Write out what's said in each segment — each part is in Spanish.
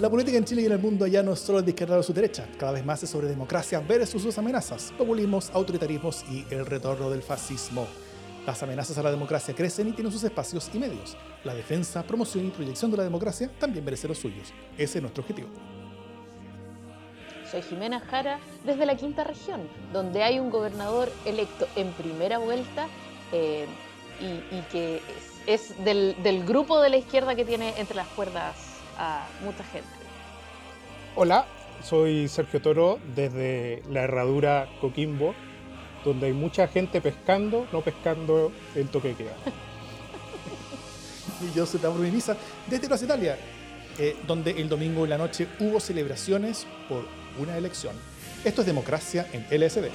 La política en Chile y en el mundo ya no es solo de izquierda o su derecha, cada vez más es sobre democracia versus sus amenazas, populismos, autoritarismos y el retorno del fascismo. Las amenazas a la democracia crecen y tienen sus espacios y medios. La defensa, promoción y proyección de la democracia también merece los suyos. Ese es nuestro objetivo. Soy Jimena Jara desde la Quinta Región, donde hay un gobernador electo en primera vuelta y que es del grupo de la izquierda que tiene entre las cuerdas a mucha gente. Hola, soy Sergio Toro desde la Herradura Coquimbo, donde hay mucha gente pescando, no pescando el toque de queda. Y yo soy Tauro Mimisa desde Plaza Italia, donde el domingo en la noche hubo celebraciones por una elección. Esto es Democracia en LSD.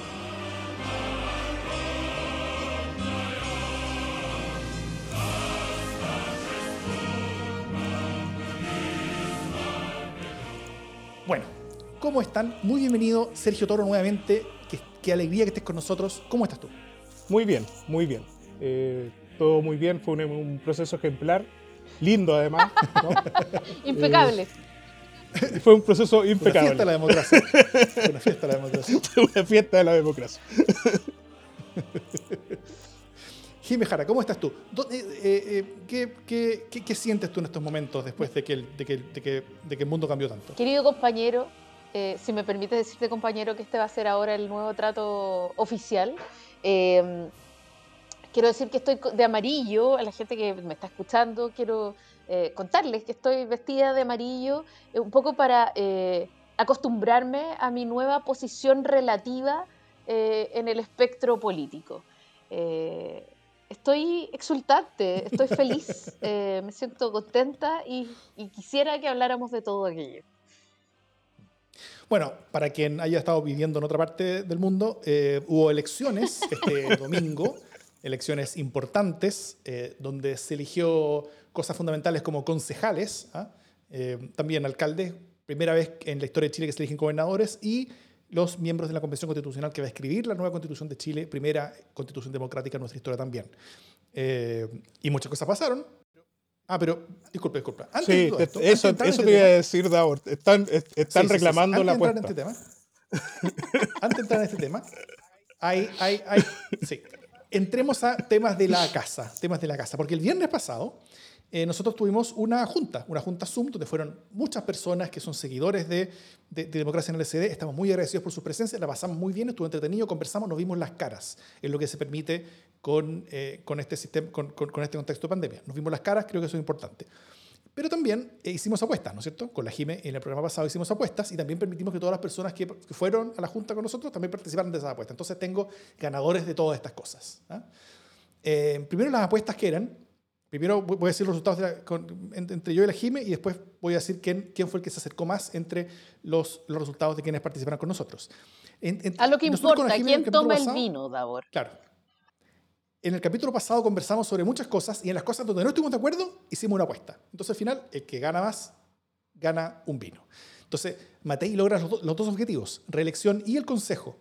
Bueno, ¿cómo están? Muy bienvenido, Sergio Toro, nuevamente. Qué alegría que estés con nosotros. ¿Cómo estás tú? Muy bien, muy bien. Todo muy bien, fue un proceso ejemplar, lindo además, ¿no? Impecable. Fue un proceso impecable. Una fiesta de la democracia. Una fiesta de la democracia. Una fiesta de la democracia. Jimé Jara, ¿cómo estás tú? ¿Qué sientes tú en estos momentos después de que el mundo cambió tanto? Querido compañero, si me permite decirte, compañero, que este va a ser ahora el nuevo trato oficial. Quiero decir que estoy de amarillo. A la gente que me está escuchando, quiero contarles que estoy vestida de amarillo un poco para acostumbrarme a mi nueva posición relativa en el espectro político. Estoy exultante, estoy feliz, me siento contenta y quisiera que habláramos de todo aquello. Bueno, para quien haya estado viviendo en otra parte del mundo, hubo elecciones este domingo, elecciones importantes, donde se eligió cosas fundamentales como concejales, también alcaldes, primera vez en la historia de Chile que se eligen gobernadores, y los miembros de la Convención Constitucional que va a escribir la nueva Constitución de Chile, primera Constitución democrática en nuestra historia también. Y muchas cosas pasaron. Pero, disculpe. Antes Sí, de todo esto, eso te iba a decir, Davor. Están reclamando la apuesta. Antes de entrar en este tema, sí. Entremos a temas de la casa, porque el viernes pasado nosotros tuvimos una junta Zoom, donde fueron muchas personas que son seguidores de Democracia en el LSD. Estamos muy agradecidos por su presencia, la pasamos muy bien, estuvo entretenido, conversamos, nos vimos las caras, es lo que se permite con este sistema, con este contexto de pandemia. Nos vimos las caras, creo que eso es importante. Pero también hicimos apuestas, ¿no es cierto? Con la Jime en el programa pasado hicimos apuestas y también permitimos que todas las personas que fueron a la junta con nosotros también participaran de esas apuestas. Entonces tengo ganadores de todas estas cosas. Primero las apuestas que eran. Primero voy a decir los resultados entre yo y la Jime y después voy a decir quién fue el que se acercó más entre los resultados de quienes participaron con nosotros. A lo que importa, ¿quién toma el vino, Davor? Claro. En el capítulo pasado conversamos sobre muchas cosas y en las cosas donde no estuvimos de acuerdo hicimos una apuesta. Entonces al final el que gana más gana un vino. Entonces Matei logra los dos objetivos, reelección y el consejo.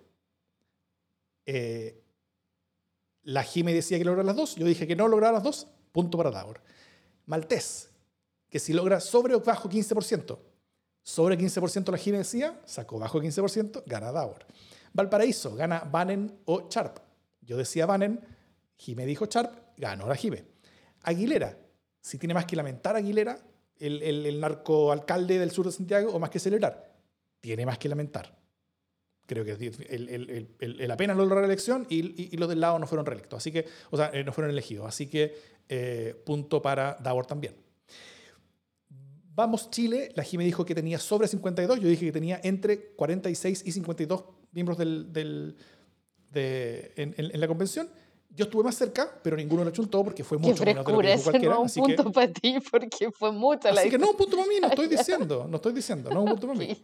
La Jime decía que lograba las dos, yo dije que no lograba las dos, punto para Davor. Maltés, que si logra sobre o bajo 15%, sobre 15% la Jime decía, sacó bajo 15%, gana Davor. Valparaíso, gana Bannen o Sharp. Yo decía Bannen, Jime dijo Sharp, ganó la Jime. Aguilera, si tiene más que lamentar Aguilera, el narcoalcalde del sur de Santiago, o más que celebrar, tiene más que lamentar. Creo que él apenas logró la reelección y los del lado no fueron reelectos, así que, no fueron elegidos. Así que punto para Davor también. Vamos Chile, la Jime dijo que tenía sobre 52, yo dije que tenía entre 46 y 52 miembros en la convención. Yo estuve más cerca, pero ninguno lo chuntó porque fue mucho menos de lo que dijo cualquiera. No es un punto para ti porque fue mucha la Así que no, un punto para mí, no estoy diciendo, no es un punto para mí.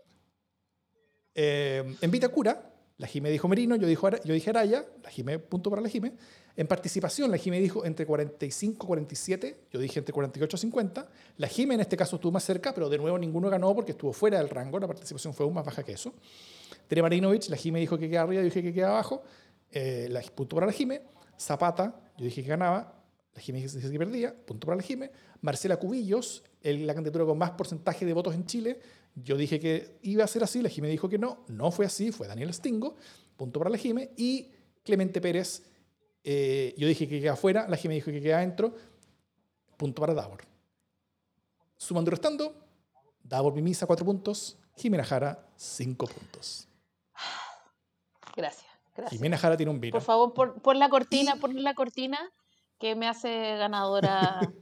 En Vitacura, la Jime dijo Merino, yo dije Araya, la Jime, punto para la Jime. En participación, la Jime dijo entre 45 y 47, yo dije entre 48 y 50. La Jime en este caso estuvo más cerca, pero de nuevo ninguno ganó porque estuvo fuera del rango, la participación fue aún más baja que eso. Tere Marinovich, la Jime dijo que queda arriba, yo dije que queda abajo. Punto para la Jime. Zapata, yo dije que ganaba. La Jime dice que perdía, punto para la Jime. Marcela Cubillos, la candidatura con más porcentaje de votos en Chile. Yo dije que iba a ser así, la Jime dijo que no. No fue así, fue Daniel Stingo, punto para la Jime. Y Clemente Pérez, yo dije que queda afuera, la Jime dijo que queda adentro, punto para Davor. Sumando y restando, Davor Mimisa 4 puntos, Jimena Jara 5 puntos. Gracias. Jimena Jara tiene un vino. Por favor, pon la cortina, que me hace ganadora.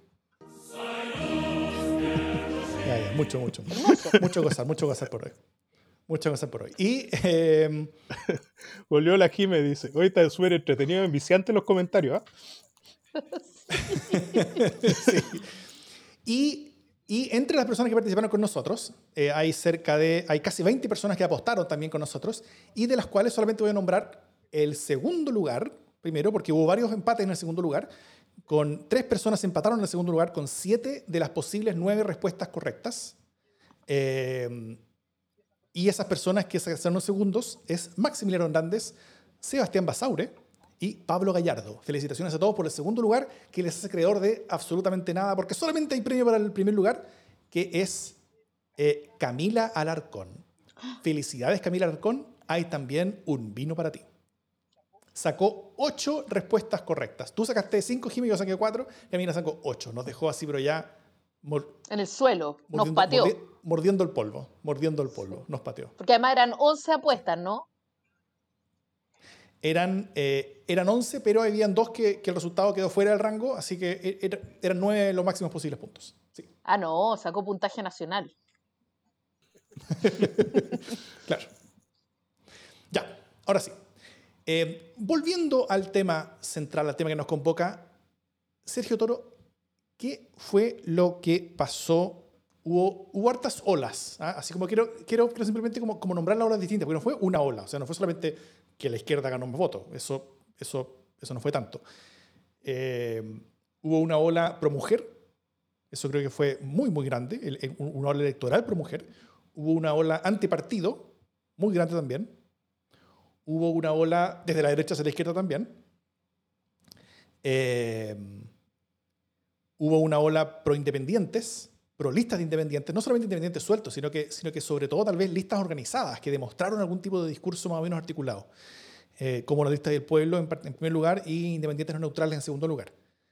Ya, mucho gozar por hoy. Mucho gozar por hoy. Y volvió la Jime, dice, hoy está súper entretenido, enviciante los comentarios. Sí. Y entre las personas que participaron con nosotros, hay casi 20 personas que apostaron también con nosotros, y de las cuales solamente voy a nombrar el segundo lugar, primero, porque hubo varios empates en el segundo lugar, con 3 personas empataron en el segundo lugar con 7 de las posibles 9 respuestas correctas. Y esas personas que se quedaron segundos es Maximiliano Hernández, Sebastián Basaure y Pablo Gallardo. Felicitaciones a todos por el segundo lugar, que les hace acreedor de absolutamente nada, porque solamente hay premio para el primer lugar, que es Camila Alarcón. Felicidades, Camila Alarcón. Hay también un vino para ti. Sacó 8 respuestas correctas. Tú sacaste 5, Jimmy, yo saqué 4, Camila sacó 8. Nos dejó así, pero ya... en el suelo, nos pateó. Mordiendo el polvo, nos pateó. Porque además eran 11 apuestas, ¿no? Eran 11, pero habían 2 que el resultado quedó fuera del rango, así que eran 9 los máximos posibles puntos. Sí. Ah, no, sacó puntaje nacional. Claro. Ya, ahora sí. Volviendo al tema central, al tema que nos convoca, Sergio Toro, ¿qué fue lo que pasó? Hubo hartas olas, ¿ah? Así como quiero simplemente como nombrar las olas distintas, porque no fue una ola, o sea, no fue solamente que la izquierda ganó más votos, eso no fue tanto. Hubo una ola pro mujer, eso creo que fue muy, muy grande, una ola electoral pro mujer. Hubo una ola antipartido, muy grande también. Hubo una ola desde la derecha hacia la izquierda también. Hubo una ola pro independientes, pro listas de independientes, no solamente independientes sueltos, sino que sobre todo tal vez listas organizadas que demostraron algún tipo de discurso más o menos articulado, como la lista del pueblo en primer lugar y independientes no neutrales en segundo lugar.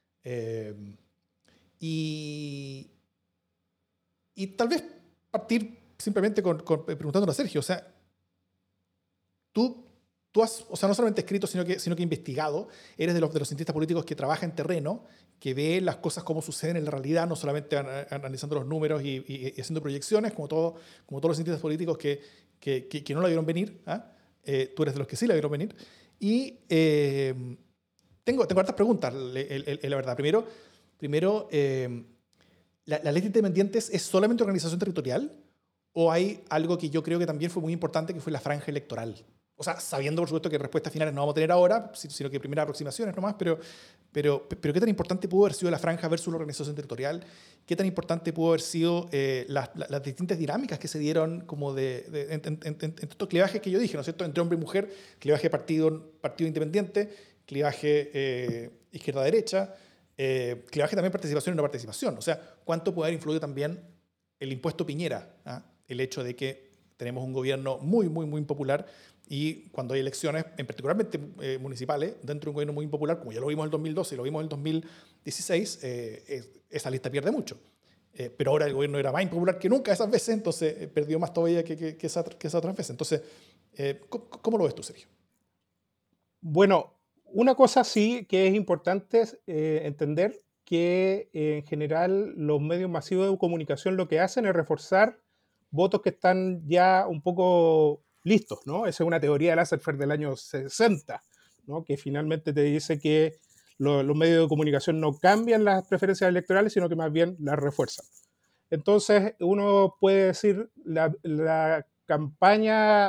Y tal vez partir simplemente preguntándole a Sergio, o sea, tú has, o sea, no solamente escrito, sino que investigado, eres de los cientistas políticos que trabaja en terreno, que ve las cosas como suceden en la realidad, no solamente analizando los números y haciendo proyecciones, como todos los cientistas políticos que no la vieron venir. Tú eres de los que sí la vieron venir. Y tengo hartas preguntas, la verdad. Primero ¿la ley de independientes es solamente organización territorial? ¿O hay algo que yo creo que también fue muy importante, que fue la franja electoral? O sea, sabiendo, por supuesto, que respuestas finales no vamos a tener ahora, sino que primeras aproximaciones nomás, pero ¿qué tan importante pudo haber sido la franja versus la organización territorial? ¿Qué tan importante pudo haber sido las distintas dinámicas que se dieron como en estos clivajes que yo dije, ¿no es cierto? Entre hombre y mujer, clivaje partido independiente, clivaje izquierda-derecha, clivaje también participación y no participación. O sea, ¿cuánto puede haber influido también el impuesto Piñera? El hecho de que tenemos un gobierno muy, muy, muy impopular, y cuando hay elecciones, en particularmente municipales, dentro de un gobierno muy impopular, como ya lo vimos en el 2012 y lo vimos en el 2016, esa lista pierde mucho. Pero ahora el gobierno era más impopular que nunca esas veces, entonces perdió más todavía que esas otras veces. Entonces, ¿cómo lo ves tú, Sergio? Bueno, una cosa sí que es importante entender, que en general los medios masivos de comunicación lo que hacen es reforzar votos que están ya un poco listos, ¿no? Esa es una teoría de Lasserfer del año 60, ¿no? Que finalmente te dice que los medios de comunicación no cambian las preferencias electorales, sino que más bien las refuerzan. Entonces, uno puede decir la campaña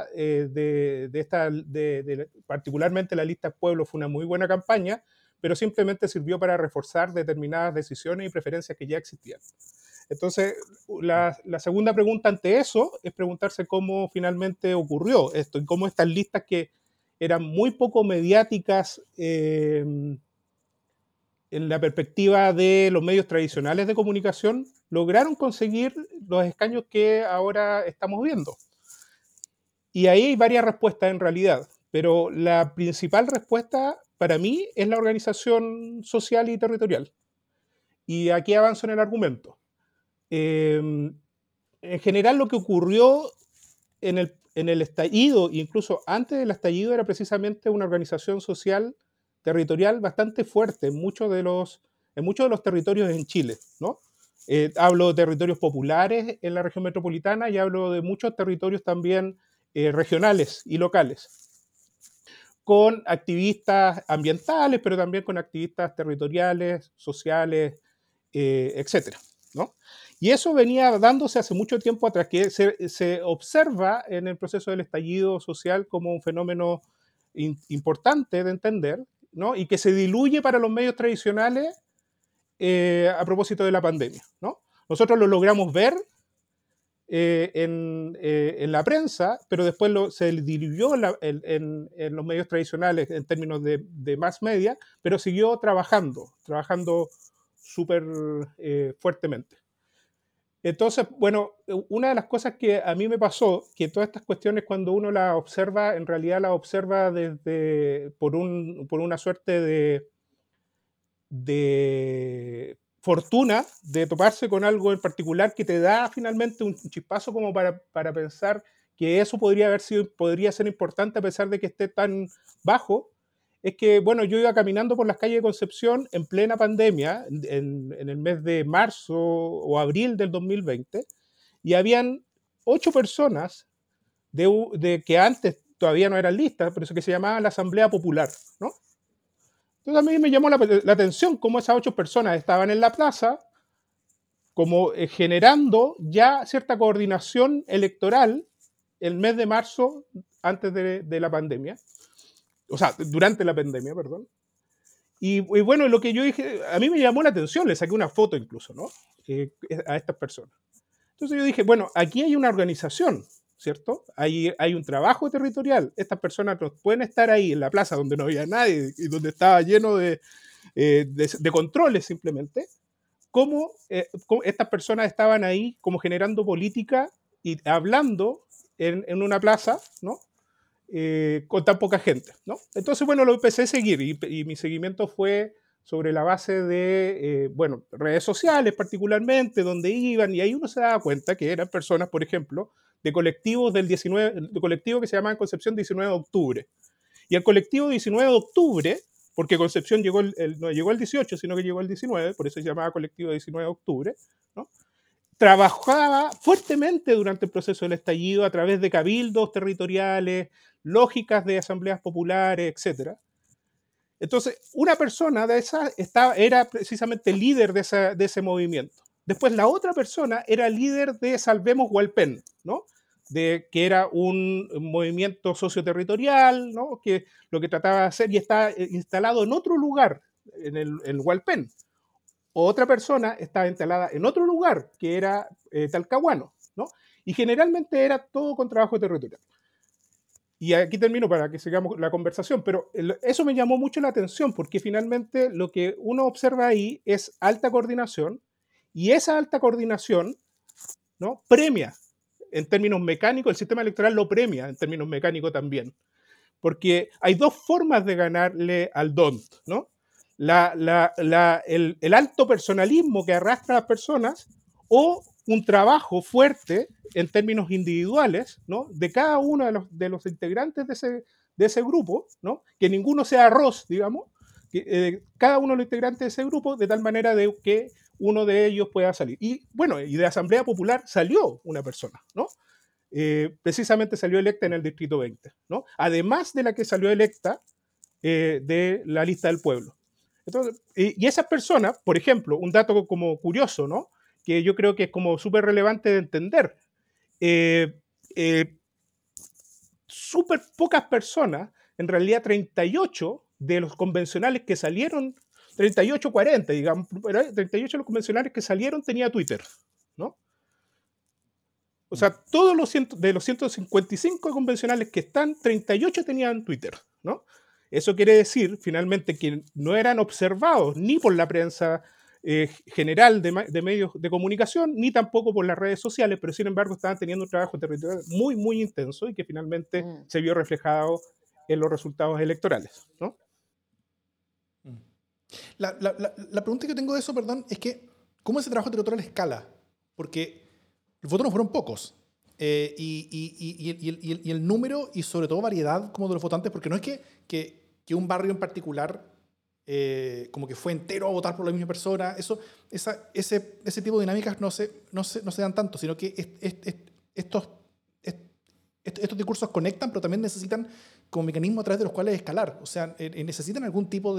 particularmente la lista Pueblo fue una muy buena campaña, pero simplemente sirvió para reforzar determinadas decisiones y preferencias que ya existían. Entonces, la segunda pregunta ante eso es preguntarse cómo finalmente ocurrió esto y cómo estas listas que eran muy poco mediáticas en la perspectiva de los medios tradicionales de comunicación, lograron conseguir los escaños que ahora estamos viendo. Y ahí hay varias respuestas en realidad, pero la principal respuesta para mí es la organización social y territorial. Y aquí avanzo en el argumento. En general lo que ocurrió en el estallido, incluso antes del estallido, era precisamente una organización social territorial bastante fuerte en muchos de los territorios en Chile, ¿no? Hablo de territorios populares en la región metropolitana y hablo de muchos territorios también regionales y locales, con activistas ambientales, pero también con activistas territoriales, sociales, etcétera, ¿no? Y eso venía dándose hace mucho tiempo atrás, que se observa en el proceso del estallido social como un fenómeno importante de entender, ¿no? Y que se diluye para los medios tradicionales a propósito de la pandemia, ¿no? Nosotros lo logramos ver en la prensa, pero después se diluyó en los medios tradicionales en términos de mass media, pero siguió trabajando súper fuertemente. Entonces, bueno, una de las cosas que a mí me pasó, que todas estas cuestiones cuando uno las observa, en realidad las observa por una suerte de fortuna de toparse con algo en particular que te da finalmente un chispazo como para pensar que eso podría ser importante a pesar de que esté tan bajo, es que, bueno, yo iba caminando por las calles de Concepción en plena pandemia, en el mes de marzo o abril del 2020, y habían 8 personas que antes todavía no eran listas, pero eso que se llamaba la Asamblea Popular, ¿no? Entonces a mí me llamó la atención cómo esas 8 personas estaban en la plaza, como generando ya cierta coordinación electoral el mes de marzo antes de la pandemia, o sea, durante la pandemia, perdón. Y bueno, lo que yo dije, a mí me llamó la atención, le saqué una foto incluso, ¿no? A estas personas. Entonces yo dije, bueno, aquí hay una organización, ¿cierto? Hay un trabajo territorial. Estas personas no pueden estar ahí en la plaza donde no había nadie y donde estaba lleno de controles simplemente. Cómo estas personas estaban ahí como generando política y hablando en una plaza, ¿no? Con tan poca gente, ¿no? Entonces, bueno, lo empecé a seguir y mi seguimiento fue sobre la base de, bueno, redes sociales particularmente, donde iban, y ahí uno se daba cuenta que eran personas, por ejemplo, de colectivos de colectivo que se llamaban Concepción 19 de octubre. Y el colectivo 19 de octubre, porque Concepción no llegó el 18, sino que llegó el 19, por eso se llamaba colectivo 19 de octubre, ¿no? Trabajaba fuertemente durante el proceso del estallido a través de cabildos territoriales, lógicas de asambleas populares, etc. Entonces, una persona de esas era precisamente líder de ese movimiento. Después, la otra persona era líder de Salvemos Hualpén, ¿no? Que era un movimiento socioterritorial, ¿no? Que lo que trataba de hacer y está instalado en otro lugar, en Hualpén. Otra persona estaba instalada en otro lugar, que era Talcahuano, ¿no? Y generalmente era todo con trabajo territorial. Y aquí termino para que sigamos la conversación, pero eso me llamó mucho la atención, porque finalmente lo que uno observa ahí es alta coordinación, y esa alta coordinación, ¿no? Premia en términos mecánicos, el sistema electoral lo premia en términos mecánicos también, porque hay dos formas de ganarle al DONT, ¿no? El alto personalismo que arrastra a las personas o un trabajo fuerte en términos individuales, ¿no? De cada uno de los integrantes de ese grupo, ¿no? Que ninguno sea arroz, digamos, cada uno de los integrantes de ese grupo, de tal manera de que uno de ellos pueda salir. Y bueno, y de Asamblea Popular salió una persona, ¿no? Precisamente salió electa en el Distrito 20, ¿no? Además de la que salió electa de la lista del pueblo. Entonces, y esas personas, por ejemplo, un dato como curioso, ¿no? Que yo creo que es como súper relevante de entender. Súper pocas personas, en realidad 38 de los convencionales que salieron, 38, 40, digamos, pero 38 de los convencionales que salieron tenía Twitter, ¿no? O sea, de los 155 convencionales que están, 38 tenían Twitter, ¿no? Eso quiere decir, finalmente, que no eran observados ni por la prensa general de medios de comunicación, ni tampoco por las redes sociales, pero sin embargo estaban teniendo un trabajo territorial muy, muy intenso y que finalmente Mm. se vio reflejado en los resultados electorales, ¿no? La pregunta que tengo de eso, perdón, es que ¿cómo ese trabajo territorial escala? Porque los votos no fueron pocos. Y el número y sobre todo variedad como de los votantes, porque no es que un barrio en particular como que fue entero a votar por la misma persona, ese tipo de dinámicas no se dan tanto, sino que estos, estos discursos conectan, pero también necesitan como mecanismos a través de los cuales escalar. O sea, necesitan algún tipo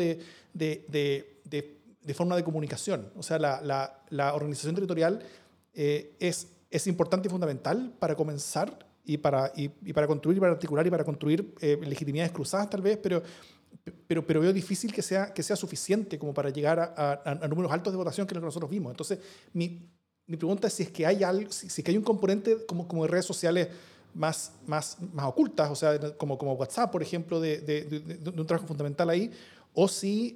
de forma de comunicación. O sea, la organización territorial es importante y fundamental para comenzar y para construir, y para articular y para construir legitimidades cruzadas tal vez, pero veo difícil que sea suficiente como para llegar a números altos de votación que es lo que nosotros vimos. Entonces, mi pregunta es si es que hay algo, si es que hay un componente como de redes sociales más ocultas, o sea, como WhatsApp, por ejemplo, de un trabajo fundamental ahí, o si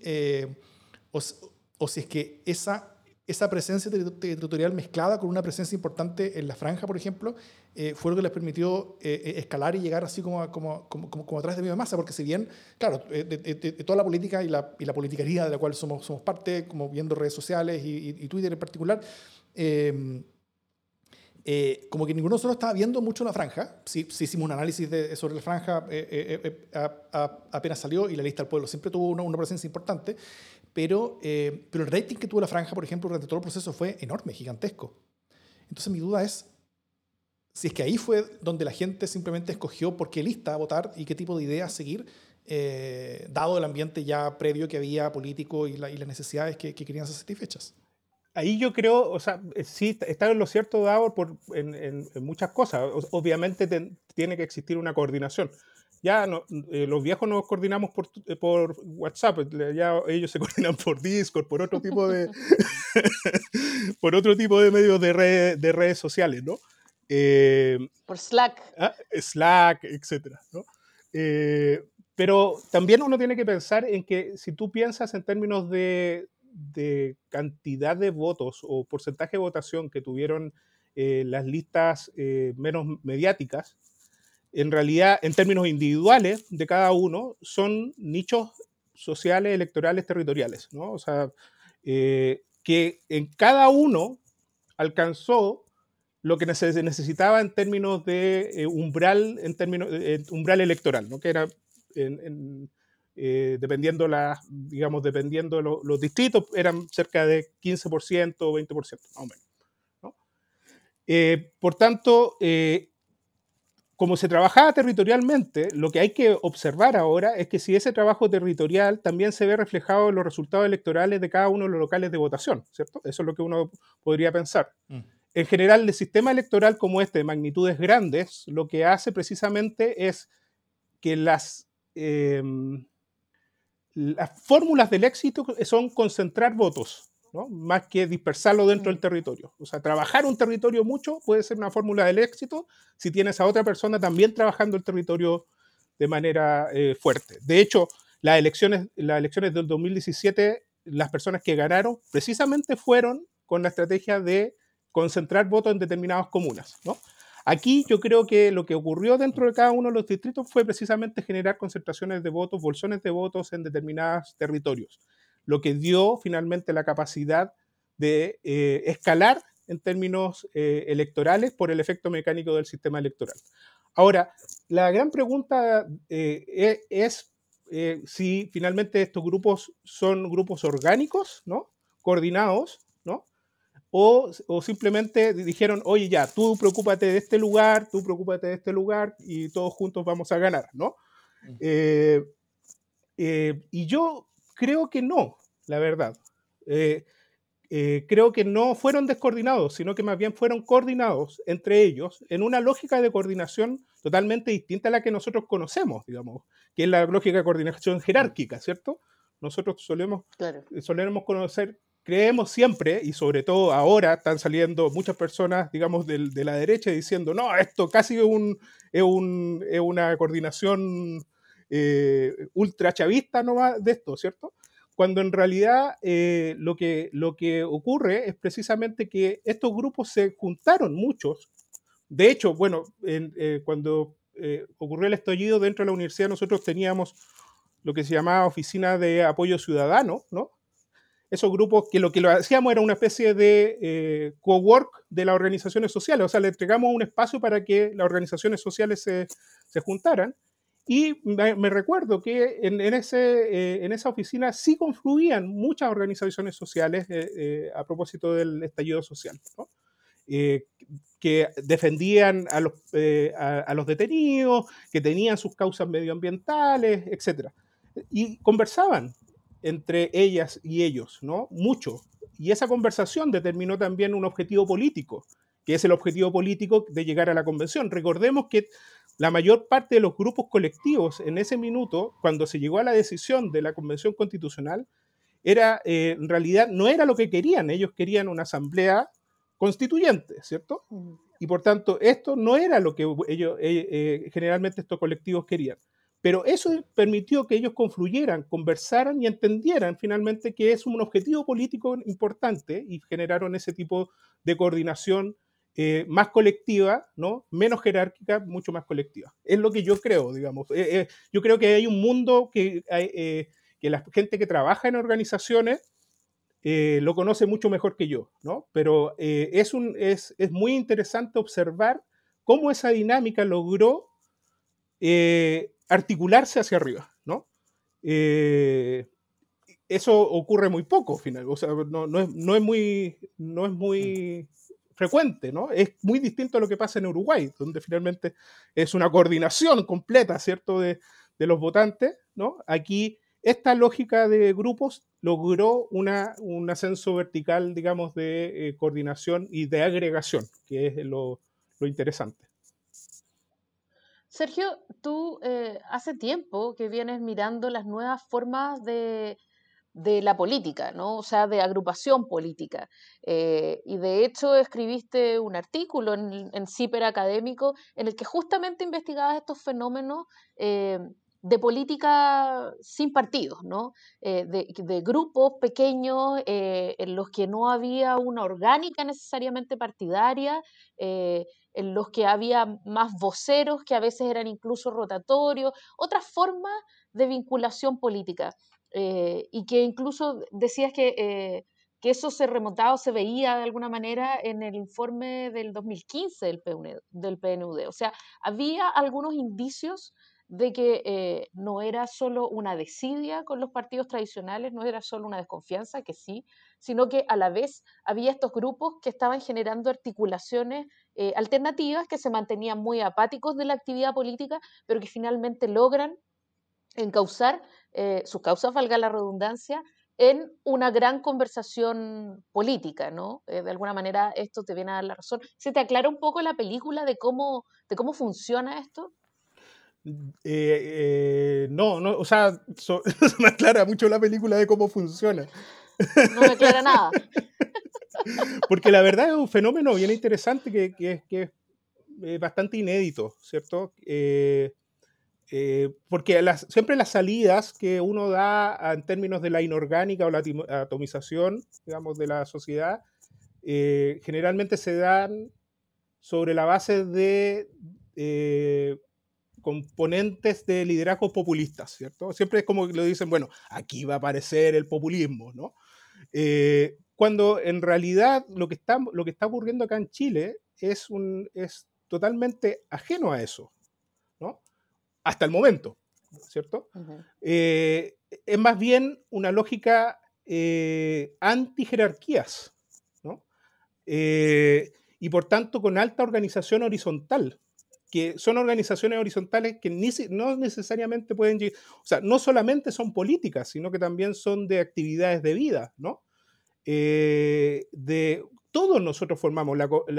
es que esa presencia territorial mezclada con una presencia importante en la franja, por ejemplo, fue lo que les permitió escalar y llegar así como atrás de medio de masa, porque si bien, claro, de toda la política y la politicaría de la cual somos parte, como viendo redes sociales y Twitter en particular, como que ninguno de nosotros estaba viendo mucho la franja. Sí hicimos un análisis sobre la franja apenas salió y la lista del pueblo siempre tuvo una presencia importante, pero el rating que tuvo la franja, por ejemplo, durante todo el proceso fue enorme, gigantesco. Entonces mi duda es si es que ahí fue donde la gente simplemente escogió por qué lista votar y qué tipo de ideas seguir, dado el ambiente ya previo que había político y las necesidades que querían ser satisfechas. Ahí yo creo, o sea, sí, está en lo cierto, Davor, en muchas cosas. Obviamente tiene que existir una coordinación. Ya los viejos nos coordinamos por WhatsApp, ya ellos se coordinan por Discord, por otro tipo de por otro tipo de medios de redes sociales, ¿no? Por Slack. Slack, etcétera, ¿no? Pero también uno tiene que pensar en que si tú piensas en términos de cantidad de votos o porcentaje de votación que tuvieron las listas menos mediáticas, en realidad, en términos individuales de cada uno, son nichos sociales, electorales, territoriales, ¿no? O sea, que en cada uno alcanzó lo que se necesitaba en términos de umbral, umbral electoral, ¿no? Que era dependiendo dependiendo los distritos, eran cerca de 15% o 20%, más o menos, ¿no? Por tanto, como se trabajaba territorialmente, lo que hay que observar ahora es que si ese trabajo territorial también se ve reflejado en los resultados electorales de cada uno de los locales de votación, ¿cierto? Eso es lo que uno podría pensar. En general, el sistema electoral como este, de magnitudes grandes, lo que hace precisamente es que las fórmulas del éxito son concentrar votos, ¿no? Más que dispersarlo dentro del territorio. O sea, trabajar un territorio mucho puede ser una fórmula del éxito si tienes a otra persona también trabajando el territorio de manera fuerte. De hecho, las elecciones del 2017, las personas que ganaron precisamente fueron con la estrategia de concentrar votos en determinadas comunas, ¿no? Aquí yo creo que lo que ocurrió dentro de cada uno de los distritos fue precisamente generar concentraciones de votos, bolsones de votos en determinados territorios, lo que dio finalmente la capacidad de escalar en términos electorales por el efecto mecánico del sistema electoral. Ahora, la gran pregunta es si finalmente estos grupos son grupos orgánicos, ¿no? Coordinados, ¿no? O simplemente dijeron, oye, ya, tú preocúpate de este lugar, tú preocúpate de este lugar y todos juntos vamos a ganar, ¿no? Y yo creo que no, la verdad. Creo que no fueron descoordinados, sino que más bien fueron coordinados entre ellos en una lógica de coordinación totalmente distinta a la que nosotros conocemos, digamos, que es la lógica de coordinación jerárquica, ¿cierto? Nosotros solemos conocer, creemos siempre, y sobre todo ahora están saliendo muchas personas, digamos, de la derecha diciendo, no, esto casi es una coordinación ultra chavista nomás de esto, ¿cierto? Cuando en realidad lo que ocurre es precisamente que estos grupos se juntaron muchos. De hecho, bueno, cuando ocurrió el estallido dentro de la universidad, nosotros teníamos lo que se llamaba Oficina de Apoyo Ciudadano, ¿no? Esos grupos que lo hacíamos era una especie de cowork de las organizaciones sociales, o sea, le entregamos un espacio para que las organizaciones sociales se juntaran. Y me recuerdo que en esa oficina sí confluían muchas organizaciones sociales a propósito del estallido social, ¿no? Eh, que defendían a los detenidos, que tenían sus causas medioambientales, etcétera. Y conversaban entre ellas y ellos, ¿no? Mucho. Y esa conversación determinó también un objetivo político, que es el objetivo político de llegar a la convención. Recordemos que la mayor parte de los grupos colectivos en ese minuto, cuando se llegó a la decisión de la convención constitucional, en realidad no era lo que querían. Ellos querían una asamblea constituyente, ¿cierto? Y por tanto, esto no era lo que ellos, generalmente estos colectivos querían. Pero eso permitió que ellos confluyeran, conversaran y entendieran finalmente que es un objetivo político importante y generaron ese tipo de coordinación más colectiva, ¿no? Menos jerárquica, mucho más colectiva. Es lo que yo creo, digamos. Yo creo que hay un mundo que la gente que trabaja en organizaciones lo conoce mucho mejor que yo, ¿no? Pero es muy interesante observar cómo esa dinámica logró articularse hacia arriba, ¿no? Eh, Eso ocurre muy poco, final, o sea, no es muy frecuente, ¿no? Es muy distinto a lo que pasa en Uruguay, donde finalmente es una coordinación completa, ¿cierto?, de los votantes, ¿no? Aquí esta lógica de grupos logró un ascenso vertical, digamos, de coordinación y de agregación, que es lo interesante. Sergio, tú hace tiempo que vienes mirando las nuevas formas de la política, ¿no? O sea, de agrupación política. Y de hecho escribiste un artículo en CIPER Académico en el que justamente investigabas estos fenómenos de política sin partidos, ¿no? De grupos pequeños en los que no había una orgánica necesariamente partidaria, en los que había más voceros que a veces eran incluso rotatorios, otras formas de vinculación política. Y que incluso decías que eso se remontaba o se veía de alguna manera en el informe del 2015 del PNUD. O sea, había algunos indicios de que no era solo una desidia con los partidos tradicionales, no era solo una desconfianza, que sí, sino que a la vez había estos grupos que estaban generando articulaciones alternativas que se mantenían muy apáticos de la actividad política, pero que finalmente logran encauzar sus causas, valga la redundancia, en una gran conversación política, ¿no? De alguna manera esto te viene a dar la razón. ¿Se te aclara un poco la película de cómo funciona esto? No, no, o sea, se me aclara mucho la película de cómo funciona. No me aclara nada. Porque la verdad es un fenómeno bien interesante que es bastante inédito, ¿cierto? Porque siempre las salidas que uno da en términos de la inorgánica o la atomización, digamos, de la sociedad, generalmente se dan sobre la base de componentes de liderazgos populistas, ¿cierto? Siempre es como que lo dicen, bueno, aquí va a aparecer el populismo, ¿no? Cuando en realidad lo que está ocurriendo acá en Chile es totalmente ajeno a eso, ¿no? Hasta el momento, ¿cierto? Uh-huh. Es más bien una lógica anti-jerarquías, ¿no? Y por tanto con alta organización horizontal, que son organizaciones horizontales que no necesariamente pueden llegar, o sea, no solamente son políticas, sino que también son de actividades de vida, ¿no? Todos nosotros formamos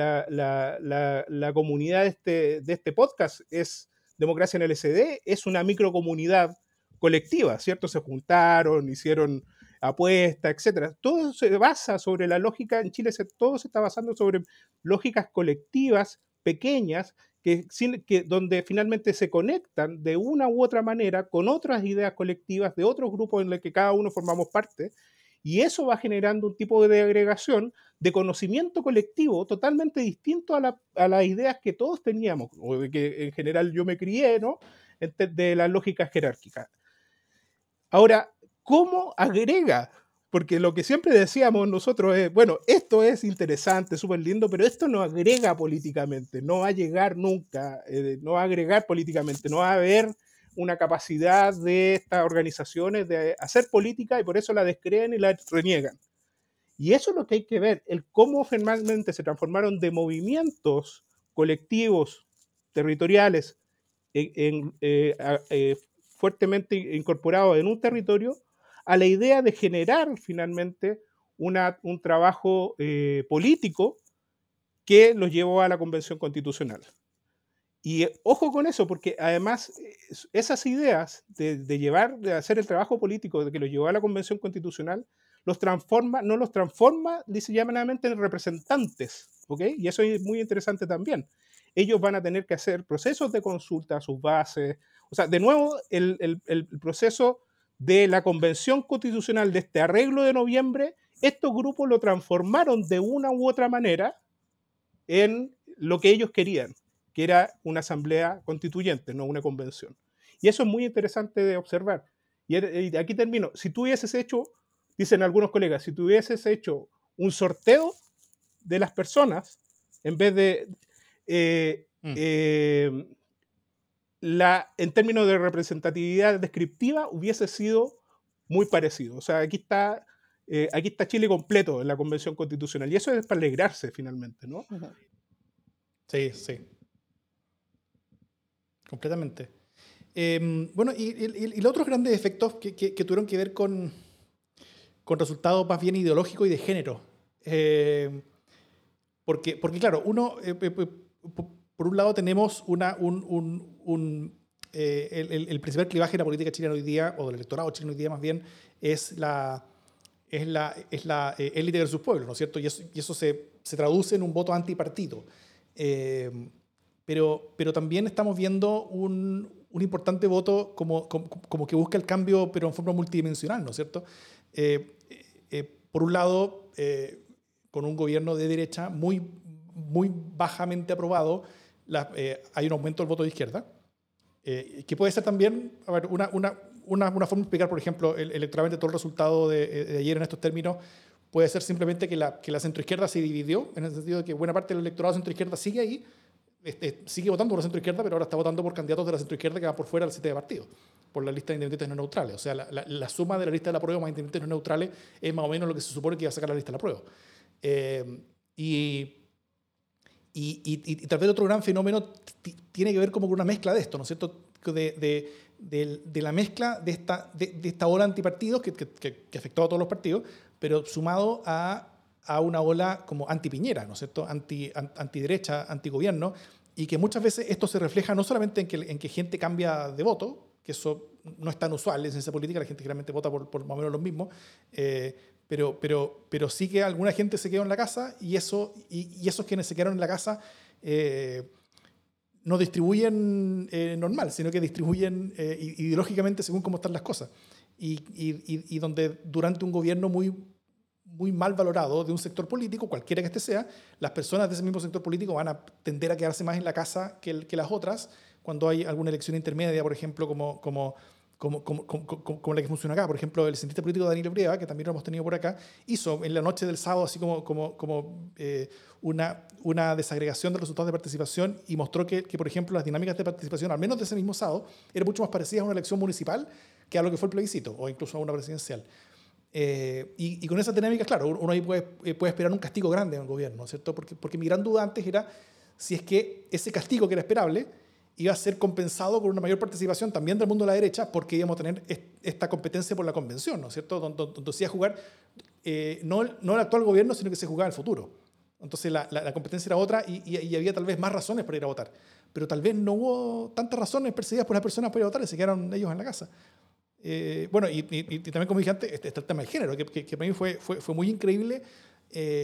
la comunidad de este podcast, es Democracia en LSD, es una microcomunidad colectiva, ¿cierto? Se juntaron, hicieron apuestas, etcétera. Todo se basa sobre la lógica, en Chile todo se está basando sobre lógicas colectivas pequeñas donde finalmente se conectan de una u otra manera con otras ideas colectivas de otros grupos en los que cada uno formamos parte, y eso va generando un tipo de agregación de conocimiento colectivo totalmente distinto a las ideas que todos teníamos, o de que en general yo me crié, ¿no? De las lógicas jerárquicas. Ahora, ¿cómo agrega? Porque lo que siempre decíamos nosotros es, bueno, esto es interesante, súper lindo, pero esto no agrega políticamente, no va a llegar nunca, no va a agregar políticamente, no va a haber una capacidad de estas organizaciones de hacer política y por eso la descreen y la reniegan. Y eso es lo que hay que ver, el cómo finalmente se transformaron de movimientos colectivos, territoriales, fuertemente incorporados en un territorio, a la idea de generar finalmente un trabajo político que los llevó a la Convención Constitucional. Y ojo con eso, porque además esas ideas de hacer el trabajo político de que los llevó a la Convención Constitucional, no los transforma llanamente en representantes, ¿ok? Y eso es muy interesante también. Ellos van a tener que hacer procesos de consulta a sus bases. O sea, de nuevo, el proceso de la Convención Constitucional, de este arreglo de noviembre, estos grupos lo transformaron de una u otra manera en lo que ellos querían, que era una asamblea constituyente, no una convención. Y eso es muy interesante de observar. Y aquí termino. Si tú hubieses hecho, dicen algunos colegas, si tú hubieses hecho un sorteo de las personas, en vez de en términos de representatividad descriptiva, hubiese sido muy parecido. O sea, aquí está Chile completo en la Convención Constitucional. Y eso es para alegrarse finalmente, ¿no? Sí, sí. Completamente. Bueno, y los otros grandes efectos que tuvieron que ver con resultados más bien ideológicos y de género. Porque claro, uno, por un lado tenemos el principal clivaje de la política chilena hoy día, o del electorado chileno hoy día más bien, es la élite versus pueblo, ¿no es cierto? Y eso se traduce en un voto antipartido. Pero también estamos viendo un importante voto como que busca el cambio, pero en forma multidimensional, ¿no es cierto? Por un lado, con un gobierno de derecha muy bajamente aprobado, hay un aumento del voto de izquierda, que puede ser también, a ver, una forma de explicar, por ejemplo, electoralmente todo el resultado de ayer en estos términos. Puede ser simplemente que la centroizquierda se dividió, en el sentido de que buena parte del electorado de centroizquierda sigue ahí, sigue votando por la centroizquierda, pero ahora está votando por candidatos de la centroizquierda que van por fuera del sitio de partido, por la lista de independientes no neutrales. O sea, la suma de la lista de la prueba más independientes no neutrales es más o menos lo que se supone que iba a sacar la lista de la prueba. Y tal vez otro gran fenómeno tiene que ver como con una mezcla de esto, ¿no es cierto? De la mezcla de esta ola antipartidos que afectó a todos los partidos, pero sumado a una ola como anti-Piñera, ¿no es cierto? Antiderecha, antigobierno, y que muchas veces esto se refleja no solamente en que gente cambia de voto, que eso no es tan usual en ciencia política, la gente generalmente vota por más o menos los mismos, pero sí que alguna gente se quedó en la casa y esos quienes se quedaron en la casa no distribuyen normal, sino que distribuyen ideológicamente según cómo están las cosas. Y donde durante un gobierno muy mal valorado de un sector político, cualquiera que este sea, las personas de ese mismo sector político van a tender a quedarse más en la casa que las otras cuando hay alguna elección intermedia, por ejemplo, como la que funciona acá. Por ejemplo, el cientista político Daniel Brieva, que también lo hemos tenido por acá, hizo en la noche del sábado así una desagregación de los resultados de participación y mostró que, por ejemplo, las dinámicas de participación, al menos de ese mismo sábado, eran mucho más parecidas a una elección municipal que a lo que fue el plebiscito, o incluso a una presidencial. Y con esas dinámicas, claro, uno ahí puede esperar un castigo grande en el gobierno, ¿cierto? Porque mi gran duda antes era si es que ese castigo que era esperable iba a ser compensado por una mayor participación también del mundo de la derecha, porque íbamos a tener esta competencia por la convención, ¿no es cierto? Donde se iba a jugar no el actual gobierno, sino que se jugaba el futuro. Entonces la competencia era otra y había tal vez más razones para ir a votar. Pero tal vez no hubo tantas razones percibidas por las personas para ir a votar y se quedaron ellos en la casa. Bueno, y también, como dije antes, está el tema del género, que para mí fue muy increíble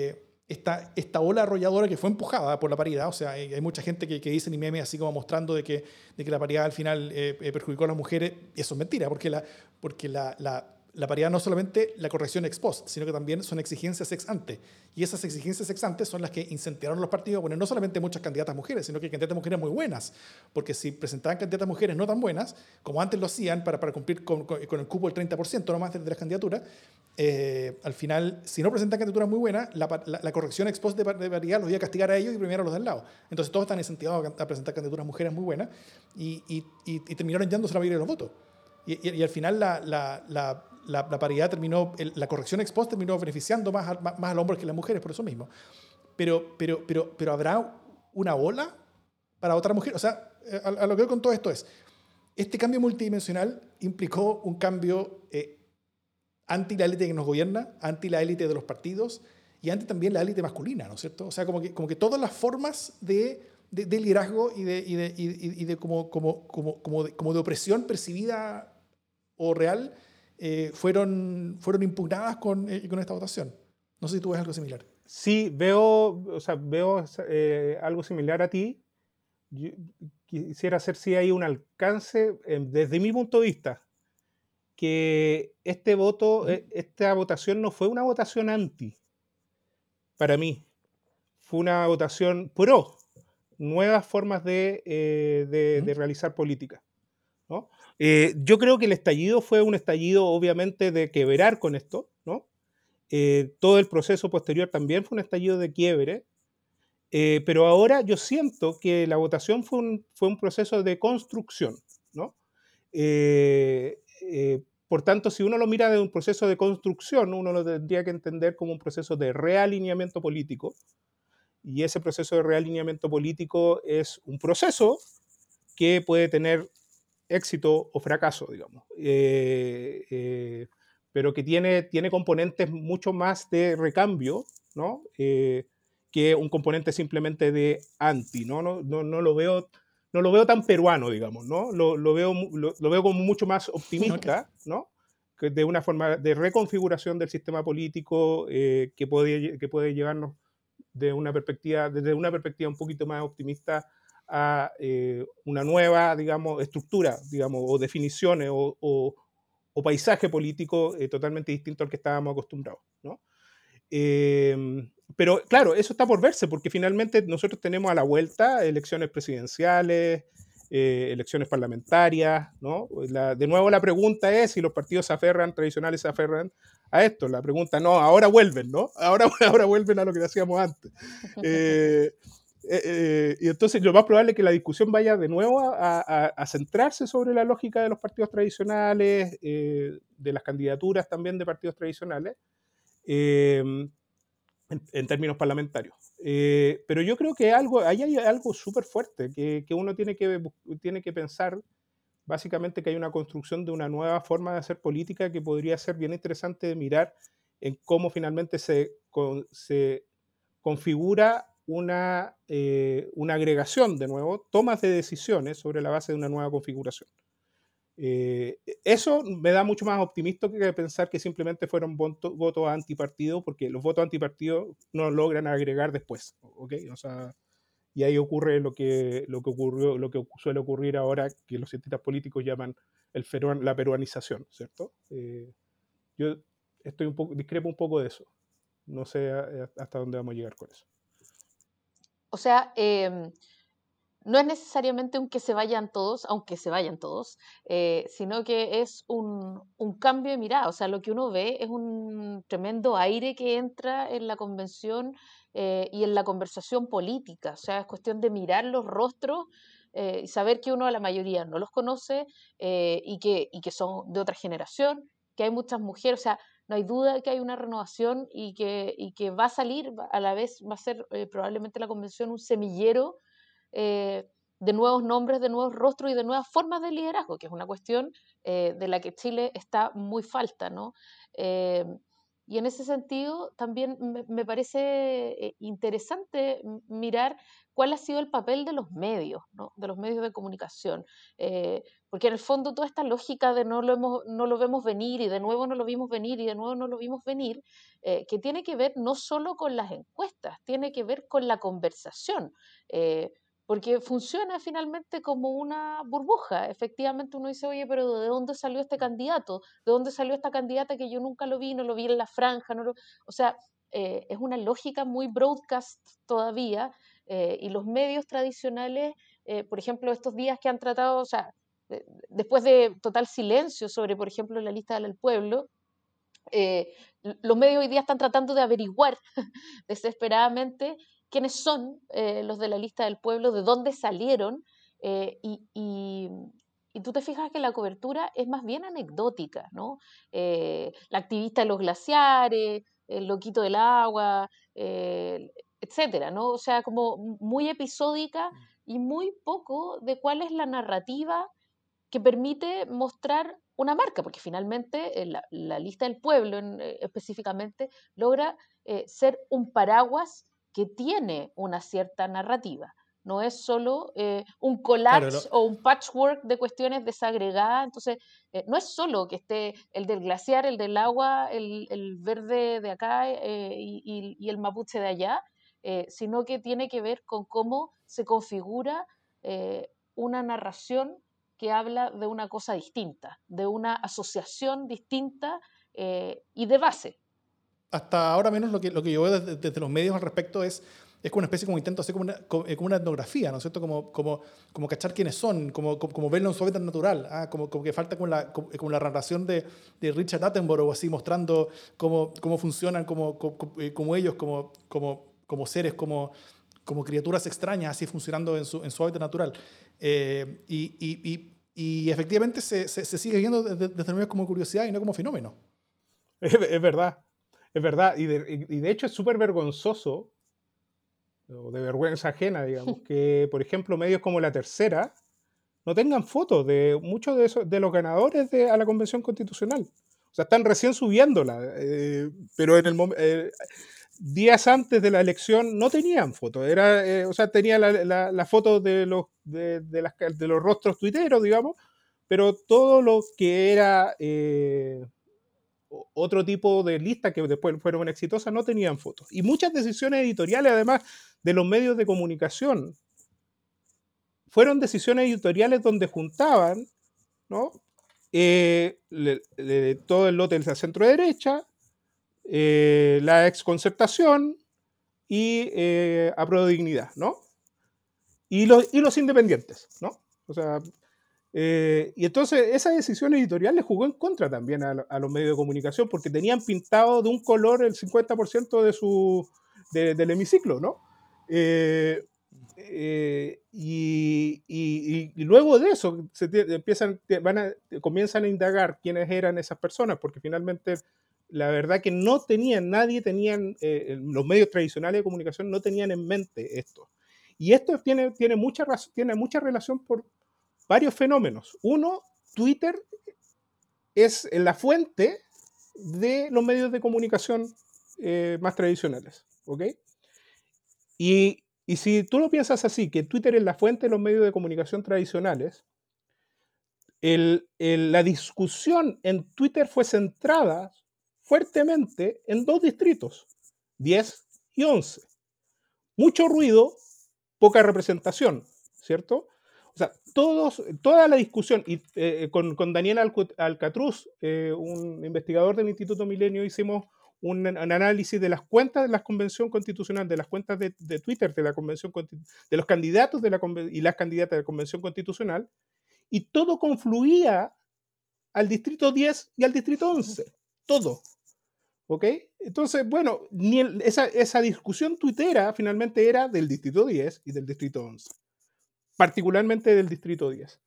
esta ola arrolladora que fue empujada por la paridad. O sea, hay mucha gente que dice ni memes así como mostrando de que la paridad al final perjudicó a las mujeres. Y eso es mentira, porque la paridad no es solamente la corrección ex post, sino que también son exigencias ex ante. Y esas exigencias ex ante son las que incentivaron a los partidos a poner no solamente muchas candidatas mujeres, sino que candidatas mujeres muy buenas. Porque si presentaban candidatas mujeres no tan buenas, como antes lo hacían para cumplir con el cupo del 30% nomás de las candidaturas, al final, si no presentan candidaturas muy buenas, la corrección ex post de paridad los iba a castigar a ellos y premiar a los del lado. Entonces todos están incentivados a presentar candidaturas mujeres muy buenas y terminaron llevándose la mayoría de los votos. Y al final la paridad terminó, la corrección ex post terminó beneficiando más a los hombres que a las mujeres por eso mismo. Pero ¿habrá una ola para otra mujer? O sea, a lo que voy con todo esto es, este cambio multidimensional implicó un cambio anti la élite que nos gobierna, anti la élite de los partidos y anti también la élite masculina, ¿no es cierto? O sea, como que todas las formas de liderazgo y de como de opresión percibida o real fueron impugnadas con esta votación. No sé si tú ves algo similar. Sí, veo, o sea, veo algo similar a ti. Yo quisiera hacer si hay un alcance, desde mi punto de vista, que este voto, esta votación no fue una votación anti, para mí. Fue una votación pro nuevas formas de realizar política, ¿no? Yo creo que el estallido fue un estallido, obviamente, de quebrar con esto, ¿no? Todo el proceso posterior también fue un estallido de quiebre, pero ahora yo siento que la votación fue un proceso de construcción, ¿no? Por tanto, si uno lo mira de un proceso de construcción, uno lo tendría que entender como un proceso de realineamiento político, y ese proceso de realineamiento político es un proceso que puede tener éxito o fracaso, digamos, pero que tiene componentes mucho más de recambio, ¿no? Que un componente simplemente de anti, ¿no? No lo veo tan peruano, digamos, ¿no? Lo veo como mucho más optimista, ¿no? Que de una forma de reconfiguración del sistema político que puede llevarnos desde una perspectiva un poquito más optimista a una nueva, digamos, estructura, digamos, o definiciones o paisaje político totalmente distinto al que estábamos acostumbrados, ¿no? Pero claro, eso está por verse, porque finalmente nosotros tenemos a la vuelta elecciones presidenciales, elecciones parlamentarias, ¿no? De nuevo la pregunta es si los partidos tradicionales se aferran a esto. La pregunta no, ahora vuelven, ¿no? Ahora vuelven a lo que hacíamos antes. Y entonces lo más probable es que la discusión vaya de nuevo a centrarse sobre la lógica de los partidos tradicionales, de las candidaturas también de partidos tradicionales, en términos parlamentarios. Pero yo creo que ahí hay algo súper fuerte que uno tiene que pensar, básicamente que hay una construcción de una nueva forma de hacer política que podría ser bien interesante de mirar en cómo finalmente se configura una agregación, de nuevo, tomas de decisiones sobre la base de una nueva configuración. Eso me da mucho más optimista que pensar que simplemente fueron votos antipartido, porque los votos antipartido no logran agregar después, ¿ok? O sea, y ahí ocurre lo que suele ocurrir ahora, que los cientistas políticos llaman la peruanización, ¿cierto? Yo discrepo un poco de eso. No sé hasta dónde vamos a llegar con eso. O sea, no es necesariamente un que se vayan todos, aunque se vayan todos, sino que es un cambio de mirada. O sea, lo que uno ve es un tremendo aire que entra en la convención y en la conversación política. O sea, es cuestión de mirar los rostros y saber que uno a la mayoría no los conoce y que son de otra generación, que hay muchas mujeres. O sea, no hay duda de que hay una renovación y que va a salir, a la vez va a ser probablemente la convención un semillero de nuevos nombres, de nuevos rostros y de nuevas formas de liderazgo, que es una cuestión de la que Chile está muy falta, ¿no? Y en ese sentido también me parece interesante mirar cuál ha sido el papel de los medios, ¿no? De los medios de comunicación. Porque en el fondo toda esta lógica de no lo vemos venir y de nuevo no lo vimos venir y de nuevo no lo vimos venir, que tiene que ver no solo con las encuestas, tiene que ver con la conversación. eh, Porque funciona finalmente como una burbuja. Efectivamente uno dice, oye, pero ¿de dónde salió este candidato? ¿De dónde salió esta candidata que yo nunca lo vi, no lo vi en la franja? O sea, es una lógica muy broadcast todavía, y los medios tradicionales, por ejemplo, estos días que han tratado, o sea, después de total silencio sobre, por ejemplo, la lista del pueblo, los medios hoy día están tratando de averiguar desesperadamente quiénes son los de la lista del pueblo, de dónde salieron, eh, y, y, y tú te fijas que la cobertura es más bien anecdótica, ¿no? La activista de los glaciares, el loquito del agua, etcétera, ¿no? O sea, como muy episódica y muy poco de cuál es la narrativa que permite mostrar una marca, porque finalmente la lista del pueblo específicamente logra ser un paraguas que tiene una cierta narrativa. No es solo un Claro, collage o un patchwork de cuestiones desagregadas. Entonces, no es solo que esté el del glaciar, el del agua, el verde de acá y el mapuche de allá, sino que tiene que ver con cómo se configura una narración que habla de una cosa distinta, de una asociación distinta y de base. hasta ahora menos lo que yo veo desde los medios al respecto es como una especie como intento hacer como una etnografía, ¿no es cierto? Como cachar quiénes son, como verlo en su hábitat natural, ¿ah? Como que falta como la narración de Richard Attenborough o así, mostrando cómo funcionan como ellos, como seres, como criaturas extrañas, así funcionando en su hábitat natural. Y efectivamente se sigue viendo desde los medios como curiosidad y no como fenómeno. Es verdad, es verdad. Y de hecho es súper vergonzoso, o de vergüenza ajena, digamos, que, por ejemplo, medios como La Tercera no tengan fotos de muchos de los ganadores a la Convención Constitucional. O sea, están recién subiéndola, pero días antes de la elección no tenían fotos. O sea, tenía la foto de los rostros tuiteros, digamos, pero todo lo que era otro tipo de listas que después fueron exitosas no tenían fotos. Y muchas decisiones editoriales, además, de los medios de comunicación, fueron decisiones editoriales donde juntaban, ¿no? Todo el lote de la centro derecha, la exconcertación y Apruebo Dignidad, ¿no? Y los independientes, ¿no? O sea, y entonces esa decisión editorial le jugó en contra también a los medios de comunicación porque tenían pintado de un color el 50% del hemiciclo, ¿no? Y luego de eso comienzan a indagar quiénes eran esas personas, porque finalmente la verdad que los medios tradicionales de comunicación no tenían en mente esto. Y esto tiene mucha relación por varios fenómenos. Uno, Twitter es la fuente de los medios de comunicación más tradicionales, ¿ok? Y si tú lo piensas así, que Twitter es la fuente de los medios de comunicación tradicionales, la discusión en Twitter fue centrada fuertemente en dos distritos, 10 y 11. Mucho ruido, poca representación, ¿cierto? O sea, toda la discusión, y con Daniel Alcatruz, un investigador del Instituto Milenio, hicimos un análisis de las cuentas de la Convención Constitucional, de las cuentas de Twitter de la Convención de los candidatos y las candidatas de la Convención Constitucional, y todo confluía al Distrito 10 y al Distrito 11. Todo. ¿Ok? Entonces, bueno, esa discusión tuitera finalmente era del Distrito 10 y del Distrito 11. Particularmente del Distrito 10.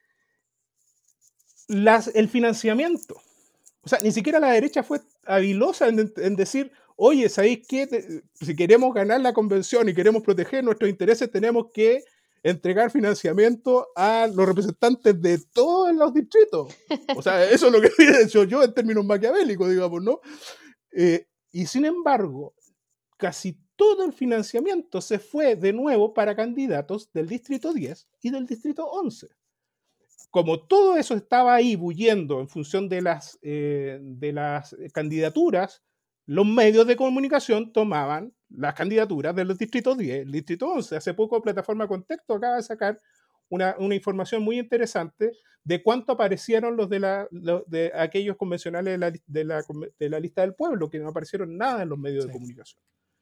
El financiamiento. O sea, ni siquiera la derecha fue habilosa en decir, oye, ¿sabéis qué? Si queremos ganar la convención y queremos proteger nuestros intereses, tenemos que entregar financiamiento a los representantes de todos los distritos. O sea, eso es lo que he dicho yo en términos maquiavélicos, digamos, ¿no? Y sin embargo, casi todo el financiamiento se fue de nuevo para candidatos del Distrito 10 y del Distrito 11. Como todo eso estaba ahí bulliendo en función de las candidaturas, los medios de comunicación tomaban las candidaturas de los distritos 10, el distrito 11. Hace poco Plataforma Contexto acaba de sacar una información muy interesante de cuánto aparecieron los de aquellos convencionales de la lista del pueblo, que no aparecieron nada en los medios de comunicación.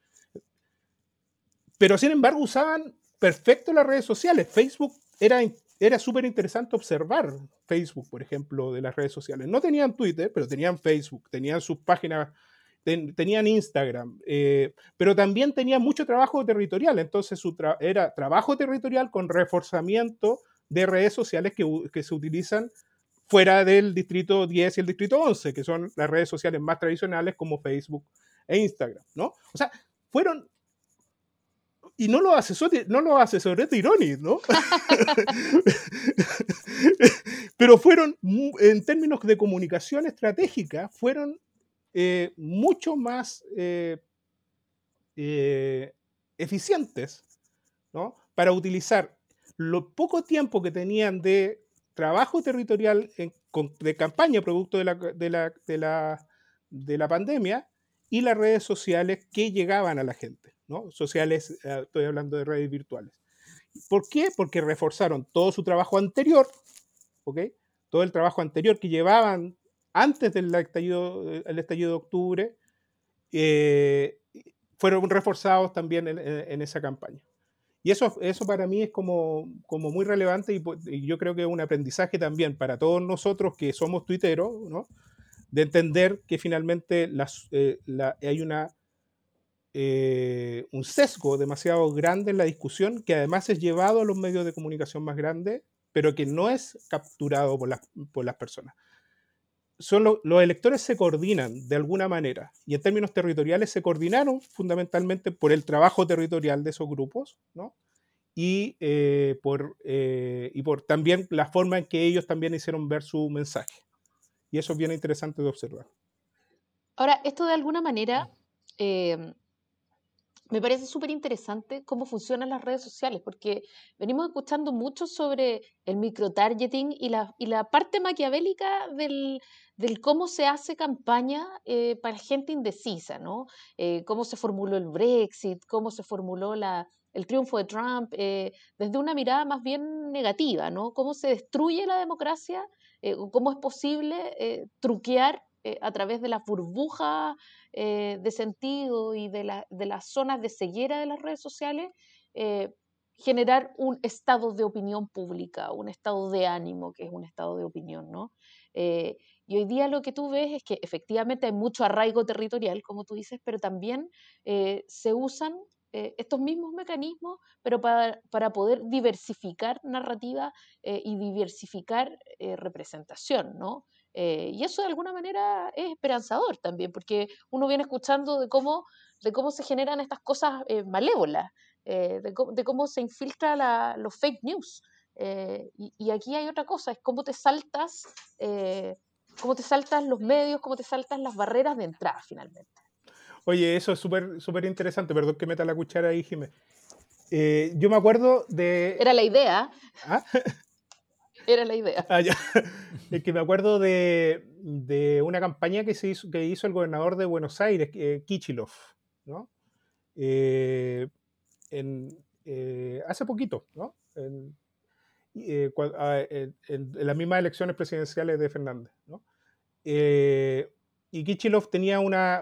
Pero sin embargo usaban perfecto las redes sociales. Facebook era súper interesante observar Facebook, por ejemplo, de las redes sociales. No tenían Twitter, pero tenían Facebook, tenían sus páginas, tenían Instagram, pero también tenían mucho trabajo territorial. Entonces era trabajo territorial con reforzamiento de redes sociales que se utilizan fuera del distrito 10 y el distrito 11, que son las redes sociales más tradicionales como Facebook e Instagram, ¿no? O sea, fueron... Y no lo asesoré Tironi, ¿no? Pero fueron, en términos de comunicación estratégica, fueron mucho más eficientes, ¿no? Para utilizar lo poco tiempo que tenían de trabajo territorial de campaña producto de la pandemia y las redes sociales que llegaban a la gente, ¿no? Sociales, estoy hablando de redes virtuales. ¿Por qué? Porque reforzaron todo su trabajo anterior, ¿ok? Todo el trabajo anterior que llevaban antes del estallido de octubre, fueron reforzados también en esa campaña. Y eso para mí es como muy relevante y yo creo que es un aprendizaje también para todos nosotros que somos tuiteros, ¿no? De entender que finalmente hay un sesgo demasiado grande en la discusión que además es llevado a los medios de comunicación más grandes, pero que no es capturado por las personas. Los electores se coordinan de alguna manera y en términos territoriales se coordinaron fundamentalmente por el trabajo territorial de esos grupos, ¿no? Y por también la forma en que ellos también hicieron ver su mensaje. Y eso es bien interesante de observar. Ahora, esto de alguna manera me parece súper interesante cómo funcionan las redes sociales, porque venimos escuchando mucho sobre el microtargeting y la parte maquiavélica del cómo se hace campaña para gente indecisa, ¿no? Cómo se formuló el Brexit, cómo se formuló el triunfo de Trump, desde una mirada más bien negativa, ¿no? Cómo se destruye la democracia, cómo es posible truquear a través de las burbujas de sentido y de las zonas de ceguera de las redes sociales, generar un estado de opinión pública, un estado de ánimo, que es un estado de opinión, ¿no? Y hoy día lo que tú ves es que efectivamente hay mucho arraigo territorial, como tú dices, pero también se usan estos mismos mecanismos, pero para poder diversificar narrativa y diversificar representación, ¿no? Y eso de alguna manera es esperanzador también, porque uno viene escuchando de cómo se generan estas cosas malévolas, de cómo se infiltra los fake news. Y aquí hay otra cosa, es cómo te saltas los medios, cómo te saltas las barreras de entrada finalmente. Oye, eso es súper interesante. Perdón que meta la cuchara ahí, Jiménez. Yo me acuerdo de... Era la idea. ¿Ah? Era la idea. Ya. Es que me acuerdo de una campaña que hizo el gobernador de Buenos Aires, Kicillof, ¿no? Hace poquito, ¿no? En las mismas elecciones presidenciales de Fernández, ¿no? Y Kicillof tenía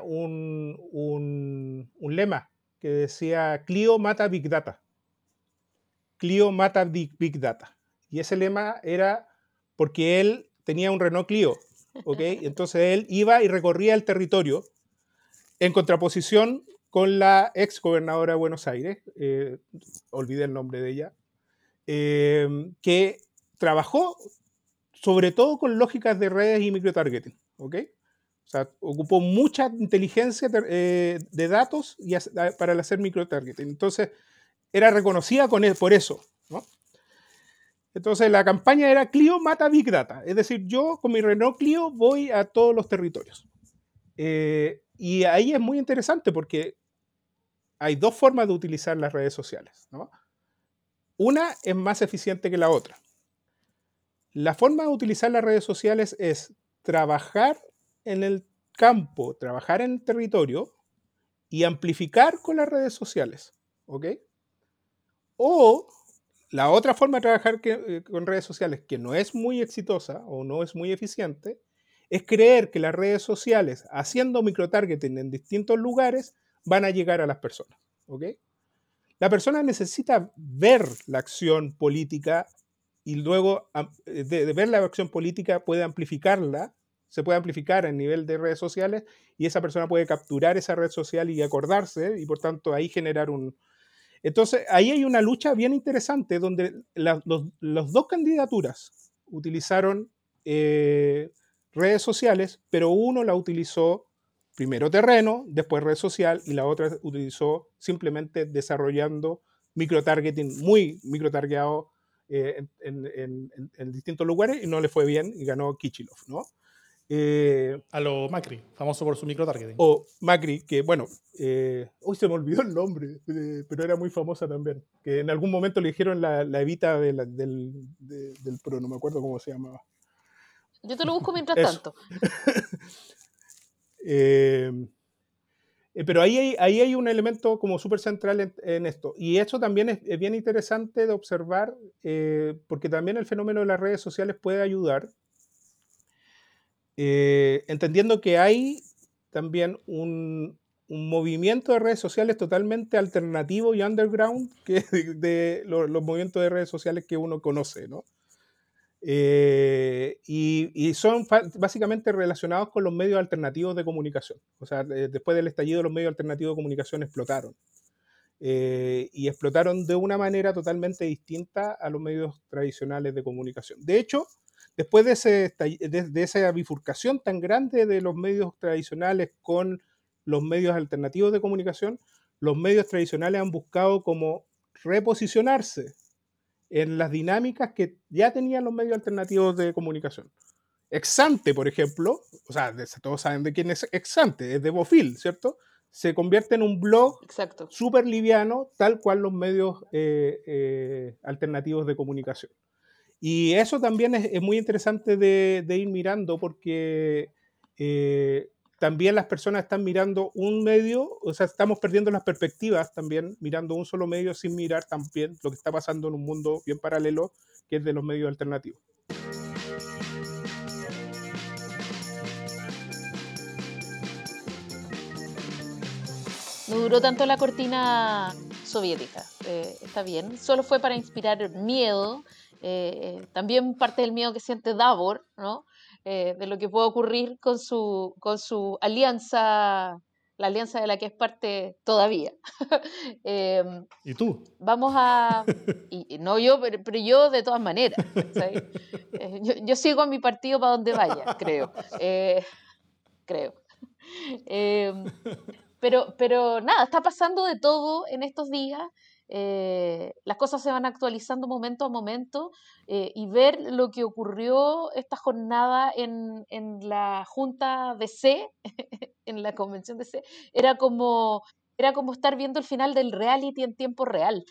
un lema que decía: Clio mata Big Data. Clio mata Big Data. Y ese lema era porque él tenía un Renault Clio, ¿ok? Entonces él iba y recorría el territorio en contraposición con la ex gobernadora de Buenos Aires, olvidé el nombre de ella, que trabajó sobre todo con lógicas de redes y microtargeting, ¿ok? O sea, ocupó mucha inteligencia de datos para hacer microtargeting. Entonces, era reconocida por eso, ¿no? Entonces, la campaña era Clio mata Big Data. Es decir, yo con mi Renault Clio voy a todos los territorios. Y ahí es muy interesante porque hay dos formas de utilizar las redes sociales, ¿no? Una es más eficiente que la otra. La forma de utilizar las redes sociales es trabajar en el campo, trabajar en el territorio y amplificar con las redes sociales, ¿ok? O la otra forma de trabajar con redes sociales que no es muy exitosa o no es muy eficiente es creer que las redes sociales, haciendo microtargeting en distintos lugares, van a llegar a las personas, ¿ok? La persona necesita ver la acción política y luego de ver la acción política puede amplificarla, se puede amplificar a nivel de redes sociales y esa persona puede capturar esa red social y acordarse y por tanto ahí generar un... Entonces ahí hay una lucha bien interesante donde los dos candidaturas utilizaron redes sociales, pero uno la utilizó primero terreno, después red social, y la otra utilizó simplemente desarrollando microtargeting, muy microtargeado en distintos lugares, y no le fue bien, y ganó Kichilov, ¿no? A lo Macri, famoso por su microtargeting. O Macri, que bueno, hoy se me olvidó el nombre, pero era muy famosa también, que en algún momento le dijeron la Evita del PRO, no me acuerdo cómo se llamaba. Yo te lo busco mientras Eso. tanto. Eh, pero ahí hay un elemento como súper central en esto. Y eso también es bien interesante de observar, porque también el fenómeno de las redes sociales puede ayudar, entendiendo que hay también un movimiento de redes sociales totalmente alternativo y underground que de los movimientos de redes sociales que uno conoce, ¿no? Y son básicamente relacionados con los medios alternativos de comunicación. O sea, después del estallido, los medios alternativos de comunicación explotaron. Y explotaron de una manera totalmente distinta a los medios tradicionales de comunicación. De hecho, después de esa bifurcación tan grande de los medios tradicionales con los medios alternativos de comunicación, los medios tradicionales han buscado como reposicionarse en las dinámicas que ya tenían los medios alternativos de comunicación. Exante, por ejemplo, o sea, todos saben de quién es Exante, es de Bofil, ¿cierto? Se convierte en un blog Exacto. súper liviano, tal cual los medios alternativos de comunicación. Y eso también es muy interesante de ir mirando porque también las personas están mirando un medio, o sea, estamos perdiendo las perspectivas también mirando un solo medio sin mirar también lo que está pasando en un mundo bien paralelo que es de los medios alternativos. No duró tanto la cortina soviética, está bien. Solo fue para inspirar miedo, también parte del miedo que siente Davor, ¿no? De lo que puede ocurrir con su alianza, la alianza de la que es parte todavía. Em, ¿Y tú? Vamos a... Y no yo, pero yo de todas maneras, ¿cachai? Yo sigo a mi partido para donde vaya, creo. Creo. Em, pero nada, está pasando de todo en estos días. Las cosas se van actualizando momento a momento y ver lo que ocurrió esta jornada en la Junta DC, en la convención DC, era como, era como estar viendo el final del reality en tiempo real.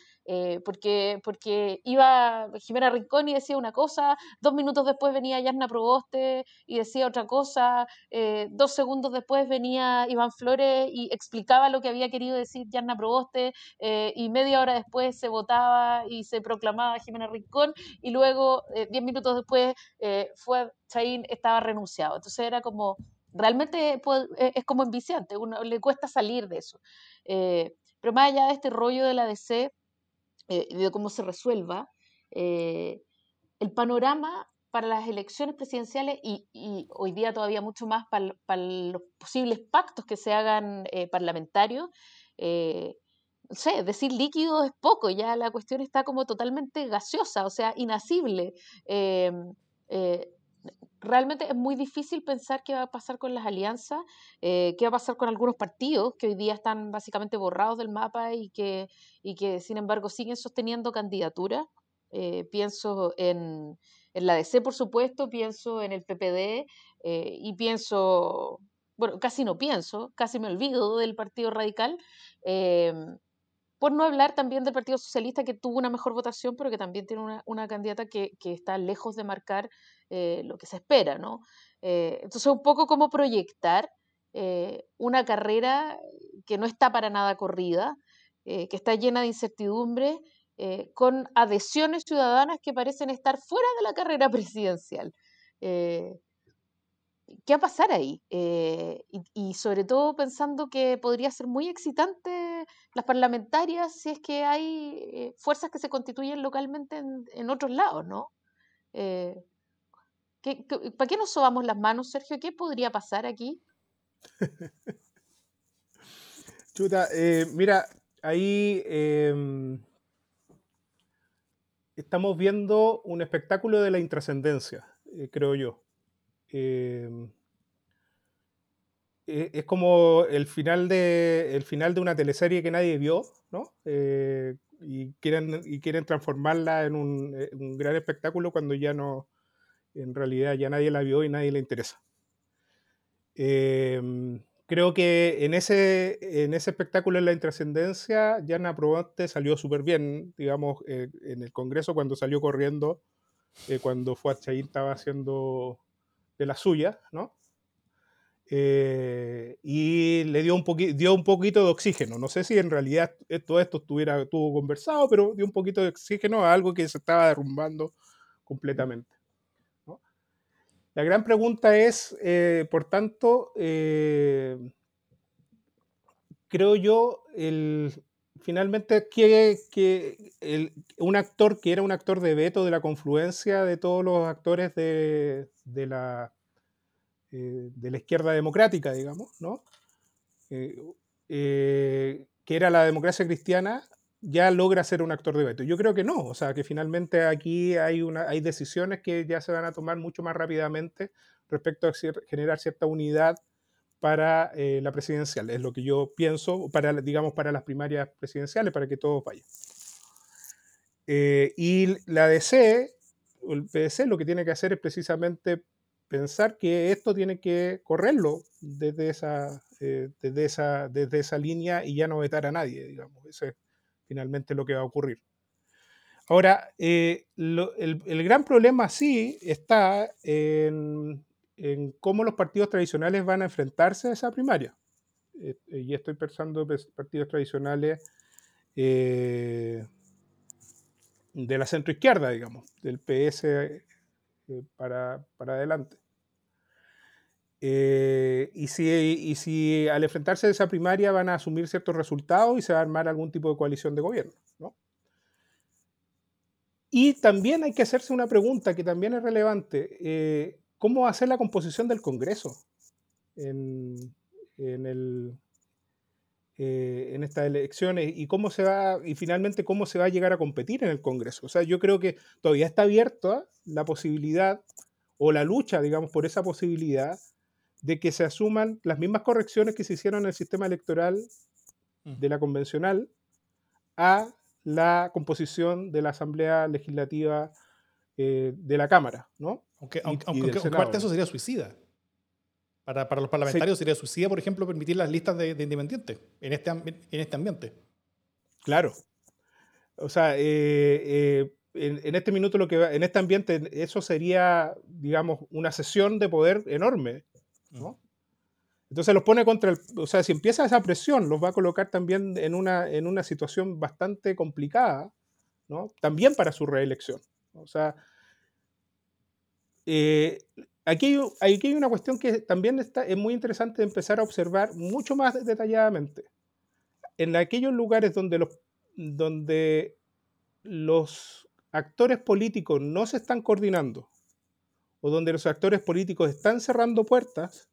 Porque iba Jimena Rincón y decía una cosa, 2 minutos después venía Yarna Proboste y decía otra cosa, 2 segundos después venía Iván Flores y explicaba lo que había querido decir Yarna Proboste, y media hora después se votaba y se proclamaba Jimena Rincón, y luego 10 minutos después fue Chaín estaba renunciado. Entonces era como, realmente es como enviciante, uno le cuesta salir de eso. Pero más allá de este rollo de la DC, de cómo se resuelva, eh, el panorama para las elecciones presidenciales y hoy día todavía mucho más para los posibles pactos que se hagan parlamentarios, eh, no sé, decir líquido es poco, ya la cuestión está como totalmente gaseosa, o sea, inasible. Eh, eh, Realmente es muy difícil pensar qué va a pasar con las alianzas, qué va a pasar con algunos partidos que hoy día están básicamente borrados del mapa y que sin embargo siguen sosteniendo candidaturas. Pienso en la DC, por supuesto, pienso en el PPD y pienso bueno, casi no pienso, casi me olvido del Partido Radical, eh, por no hablar también del Partido Socialista, que tuvo una mejor votación, pero que también tiene una candidata que está lejos de marcar lo que se espera, ¿no? Entonces, un poco como proyectar una carrera que no está para nada corrida, que está llena de incertidumbre, con adhesiones ciudadanas que parecen estar fuera de la carrera presidencial. Eh, ¿Qué va a pasar ahí? Y sobre todo pensando que podría ser muy excitante las parlamentarias si es que hay fuerzas que se constituyen localmente en otros lados, ¿no? Eh, ¿Para qué nos sobamos las manos, Sergio? ¿Qué podría pasar aquí? Chuta, mira, ahí estamos viendo un espectáculo de la intrascendencia, creo yo. Eh, es como el final de una teleserie que nadie vio, ¿no? Y quieren transformarla en un gran espectáculo cuando ya no, en realidad ya nadie la vio y nadie le interesa. Creo que en ese espectáculo de la intrascendencia, Jana Proboste salió súper bien, digamos, en el Congreso cuando salió corriendo, cuando Fuad Chaín estaba haciendo de la suya, ¿no? Y le dio dio un poquito de oxígeno. No sé si en realidad todo esto estuvo conversado, pero dio un poquito de oxígeno a algo que se estaba derrumbando completamente, ¿no? La gran pregunta es, por tanto, creo yo, finalmente, un actor que era un actor de veto de la confluencia de todos los actores de la izquierda democrática, digamos, ¿no? Eh, que era la democracia cristiana, ya logra ser un actor de veto. Yo creo que no, o sea, que finalmente aquí hay decisiones que ya se van a tomar mucho más rápidamente respecto a generar cierta unidad para la presidencial, es lo que yo pienso, digamos, para las primarias presidenciales, para que todos vayan. Y la DC, o el PDC, lo que tiene que hacer es precisamente pensar que esto tiene que correrlo desde esa línea y ya no vetar a nadie, digamos. Eso es finalmente lo que va a ocurrir. Ahora, el gran problema sí está en cómo los partidos tradicionales van a enfrentarse a esa primaria. Y estoy pensando en partidos tradicionales de la centroizquierda, digamos, del PS para adelante. Y si al enfrentarse a esa primaria van a asumir ciertos resultados y se va a armar algún tipo de coalición de gobierno, ¿no? Y también hay que hacerse una pregunta que también es relevante. ¿Cómo va a ser la composición del Congreso en, en estas elecciones y finalmente cómo se va a llegar a competir en el Congreso? O sea, yo creo que todavía está abierta la posibilidad o la lucha, digamos, por esa posibilidad de que se asuman las mismas correcciones que se hicieron en el sistema electoral de la convencional a la composición de la Asamblea Legislativa de la Cámara, ¿no? Aunque Del parte Senado, de eso sería suicida. Para los Se- parlamentarios sería suicida, por ejemplo, permitir las listas de independientes en este ambiente. claro. O sea, en este minuto en este ambiente, eso sería, digamos, una cesión de poder enorme, ¿no? Entonces los pone o sea, si empieza esa presión, los va a colocar también en una situación bastante complicada, ¿no? También para su reelección. O sea, eh, aquí hay una cuestión que también es muy interesante de empezar a observar mucho más detalladamente. En aquellos lugares donde los actores políticos no se están coordinando o donde los actores políticos están cerrando puertas,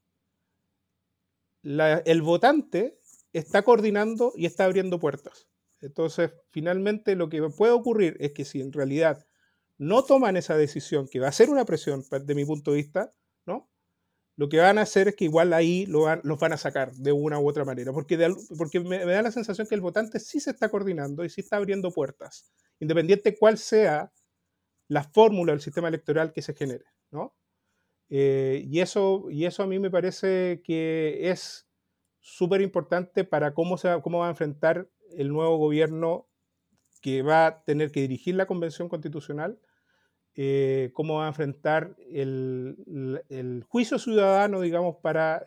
el votante está coordinando y está abriendo puertas. Entonces, finalmente lo que puede ocurrir es que si en realidad no toman esa decisión, que va a ser una presión de mi punto de vista, ¿no? Lo que van a hacer es que igual ahí los van a sacar de una u otra manera, porque me da la sensación que el votante sí se está coordinando y sí está abriendo puertas, independiente cuál sea la fórmula del sistema electoral que se genere, ¿no? y eso a mí me parece que es súper importante para cómo va a enfrentar el nuevo gobierno que va a tener que dirigir la Convención Constitucional, cómo va a enfrentar el juicio ciudadano, digamos, para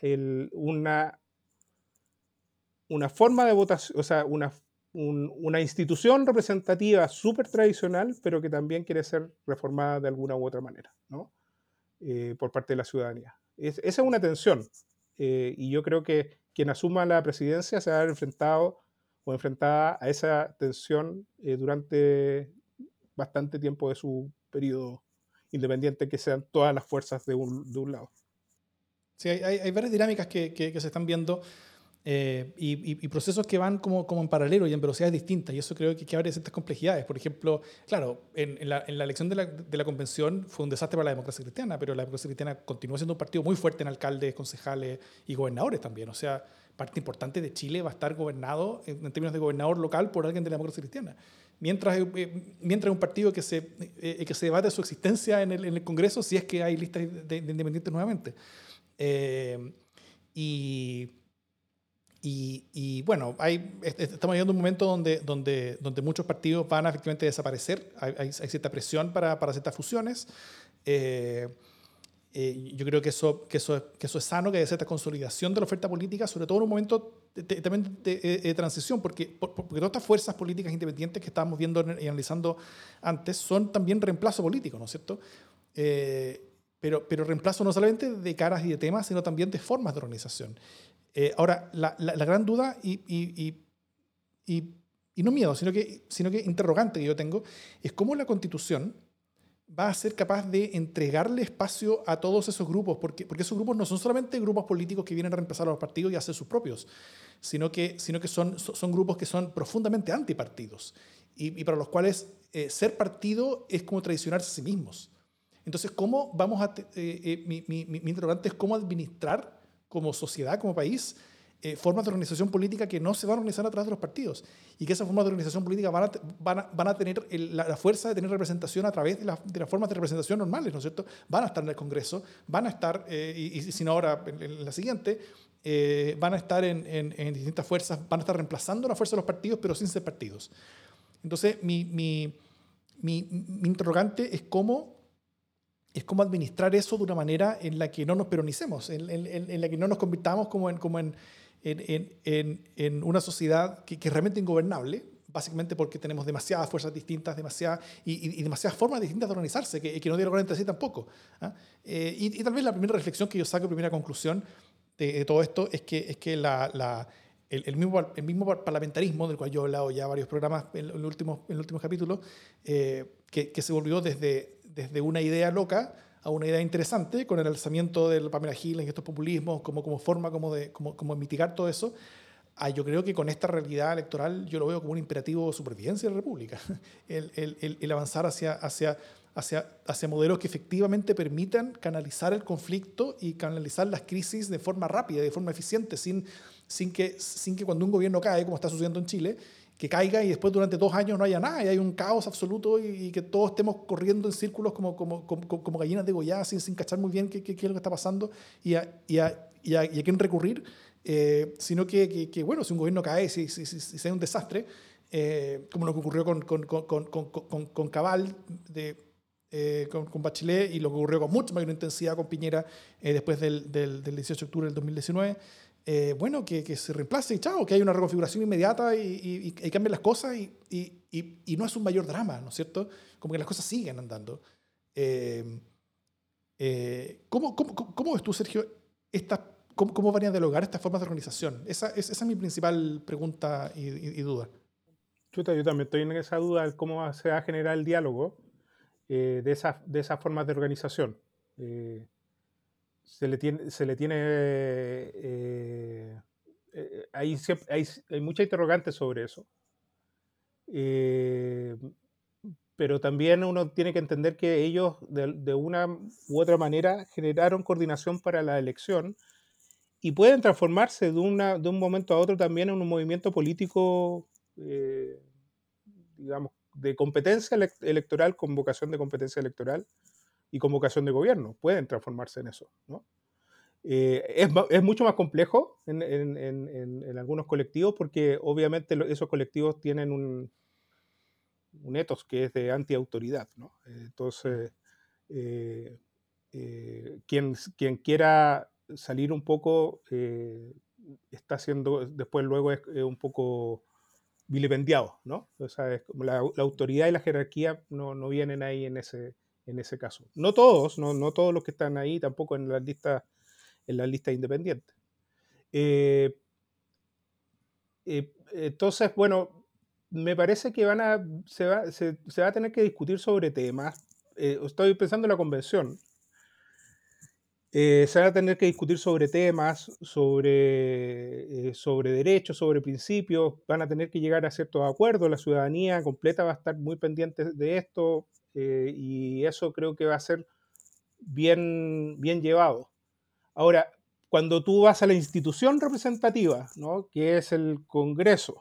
una forma de votación, o sea, una institución representativa súper tradicional, pero que también quiere ser reformada de alguna u otra manera, ¿no? Por parte de la ciudadanía. Esa es una tensión, y yo creo que quien asuma la presidencia se va a ver enfrentado o enfrentada a esa tensión durante bastante tiempo de su periodo, independiente que sean todas las fuerzas de un lado. Sí, hay varias dinámicas que se están viendo y procesos que van como en paralelo y en velocidades distintas, y eso creo que abre ciertas complejidades. Por ejemplo, claro, en la elección de la convención fue un desastre para la democracia cristiana, pero la democracia cristiana continúa siendo un partido muy fuerte en alcaldes, concejales y gobernadores también. O sea, parte importante de Chile va a estar gobernado en términos de gobernador local por alguien de la democracia cristiana. Mientras un partido que se debate su existencia en el Congreso, si es que hay listas de independientes nuevamente. Eh, y, bueno, estamos llegando a un momento donde muchos partidos van a efectivamente desaparecer. Hay cierta presión para ciertas fusiones. Yo creo que eso es sano, que hay cierta consolidación de la oferta política, sobre todo en un momento también de transición, porque todas estas fuerzas políticas independientes que estábamos viendo y analizando antes son también reemplazo político, ¿no es cierto? Pero reemplazo no solamente de caras y de temas, sino también de formas de organización. Ahora, la gran duda y no miedo, sino que interrogante que yo tengo, es cómo la Constitución va a ser capaz de entregarle espacio a todos esos grupos, porque esos grupos no son solamente grupos políticos que vienen a reemplazar a los partidos y a hacer sus propios, sino que son grupos que son profundamente antipartidos y para los cuales ser partido es como traicionarse a sí mismos. Entonces, ¿cómo vamos a mi interrogante es cómo administrar como sociedad, como país, formas de organización política que no se van a organizar a través de los partidos y que esas formas de organización política van a tener la fuerza de tener representación a través de las formas de representación normales, ¿no es cierto? Van a estar en el Congreso, van a estar, y si no ahora en la siguiente, van a estar en distintas fuerzas, van a estar reemplazando la fuerza de los partidos, pero sin ser partidos. Entonces, mi interrogante es cómo administrar eso de una manera en la que no nos peronicemos, en la que no nos convirtamos como en una sociedad que es realmente ingobernable, básicamente porque tenemos demasiadas fuerzas distintas, y demasiadas formas distintas de organizarse, que no dialogan entre sí tampoco. ¿Ah? Y tal vez la primera reflexión que yo saco, primera conclusión de todo esto, es que el mismo parlamentarismo, del cual yo he hablado ya varios programas en los últimos capítulos, que se volvió desde una idea loca a una idea interesante, con el alzamiento del Pamela Giles y estos populismos como forma como mitigar todo eso. Yo creo que con esta realidad electoral yo lo veo como un imperativo de supervivencia de la República, el avanzar hacia modelos que efectivamente permitan canalizar el conflicto y canalizar las crisis de forma rápida, de forma eficiente, sin que cuando un gobierno cae, como está sucediendo en Chile, que caiga y después durante 2 años no haya nada y hay un caos absoluto y que todos estemos corriendo en círculos como gallinas degolladas sin cachar muy bien qué es lo que está pasando y a quién recurrir, sino que bueno, si un gobierno cae, si hay un desastre, como lo que ocurrió con Cabal, con Bachelet, y lo que ocurrió con mucha mayor intensidad con Piñera después del 18 de octubre del 2019, bueno, que se reemplace y chao, que haya una reconfiguración inmediata y cambien las cosas y no es un mayor drama, ¿no es cierto? Como que las cosas siguen andando. ¿Cómo ves tú, Sergio, cómo van a dialogar estas formas de organización? Esa es mi principal pregunta y duda. Chuta, yo también estoy en esa duda de cómo se va a generar el diálogo de esas formas de organización. Se le tiene hay mucha interrogante sobre eso. Pero también uno tiene que entender que ellos de una u otra manera generaron coordinación para la elección y pueden transformarse de un momento a otro también en un movimiento político, digamos, de competencia electoral, con vocación de competencia electoral, y convocación de gobierno, pueden transformarse en eso, ¿no? Es mucho más complejo en algunos colectivos porque obviamente esos colectivos tienen un ethos que es de antiautoridad, ¿no? Entonces, eh, quien quiera salir un poco está siendo, después luego es un poco vilipendiado, ¿no? O sea, es como la autoridad y la jerarquía no vienen ahí en ese caso. No todos, no todos los que están ahí, tampoco en las listas independientes. Entonces, bueno, me parece que se va a tener que discutir sobre temas. Estoy pensando en la convención. Se van a tener que discutir sobre temas, sobre derechos, sobre principios. Van a tener que llegar a ciertos acuerdos. La ciudadanía completa va a estar muy pendiente de esto y eso creo que va a ser bien llevado. Ahora, cuando tú vas a la institución representativa, ¿no? Que es el Congreso,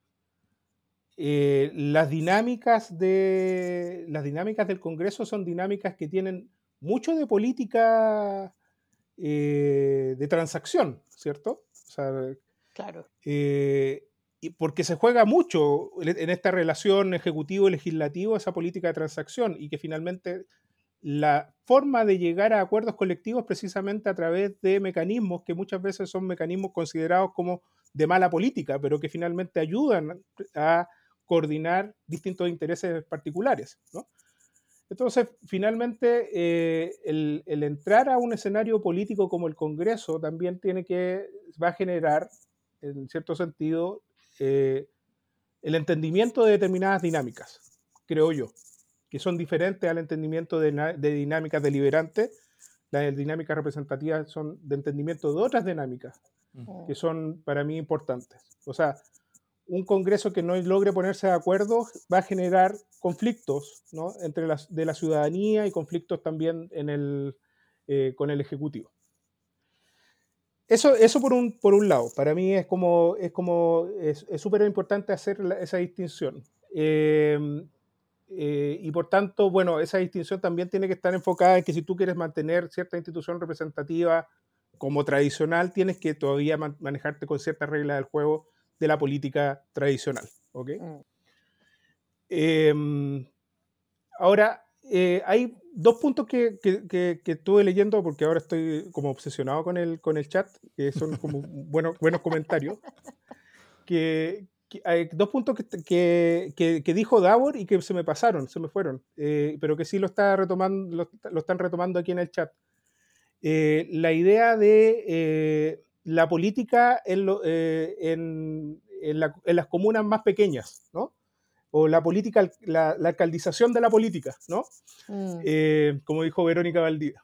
las dinámicas del Congreso son dinámicas que tienen mucho de política de transacción, ¿cierto? O sea, Claro. y porque se juega mucho en esta relación ejecutivo-legislativo esa política de transacción y que finalmente la forma de llegar a acuerdos colectivos precisamente a través de mecanismos que muchas veces son mecanismos considerados como de mala política, pero que finalmente ayudan a coordinar distintos intereses particulares, ¿no? Entonces, finalmente, el entrar a un escenario político como el Congreso también va a generar, en cierto sentido, el entendimiento de determinadas dinámicas, creo yo, que son diferentes al entendimiento de dinámicas deliberantes. Las dinámicas representativas son de entendimiento de otras dinámicas que son para mí importantes. O sea, un Congreso que no logre ponerse de acuerdo va a generar conflictos, ¿no? De la ciudadanía y conflictos también con el Ejecutivo. Eso por un lado, para mí es súper importante hacer esa distinción. Y por tanto, bueno, esa distinción también tiene que estar enfocada en que si tú quieres mantener cierta institución representativa como tradicional, tienes que todavía manejarte con ciertas reglas del juego de la política tradicional. ¿Ok? Ahora, hay dos puntos que estuve leyendo porque ahora estoy como obsesionado con el chat, que son como buenos comentarios. Hay dos puntos que dijo Davor y que se me fueron, pero que sí lo están retomando aquí en el chat. La idea de la política en las comunas más pequeñas, ¿no? O la política, la alcaldización de la política, ¿no? Como dijo Verónica Valdivia.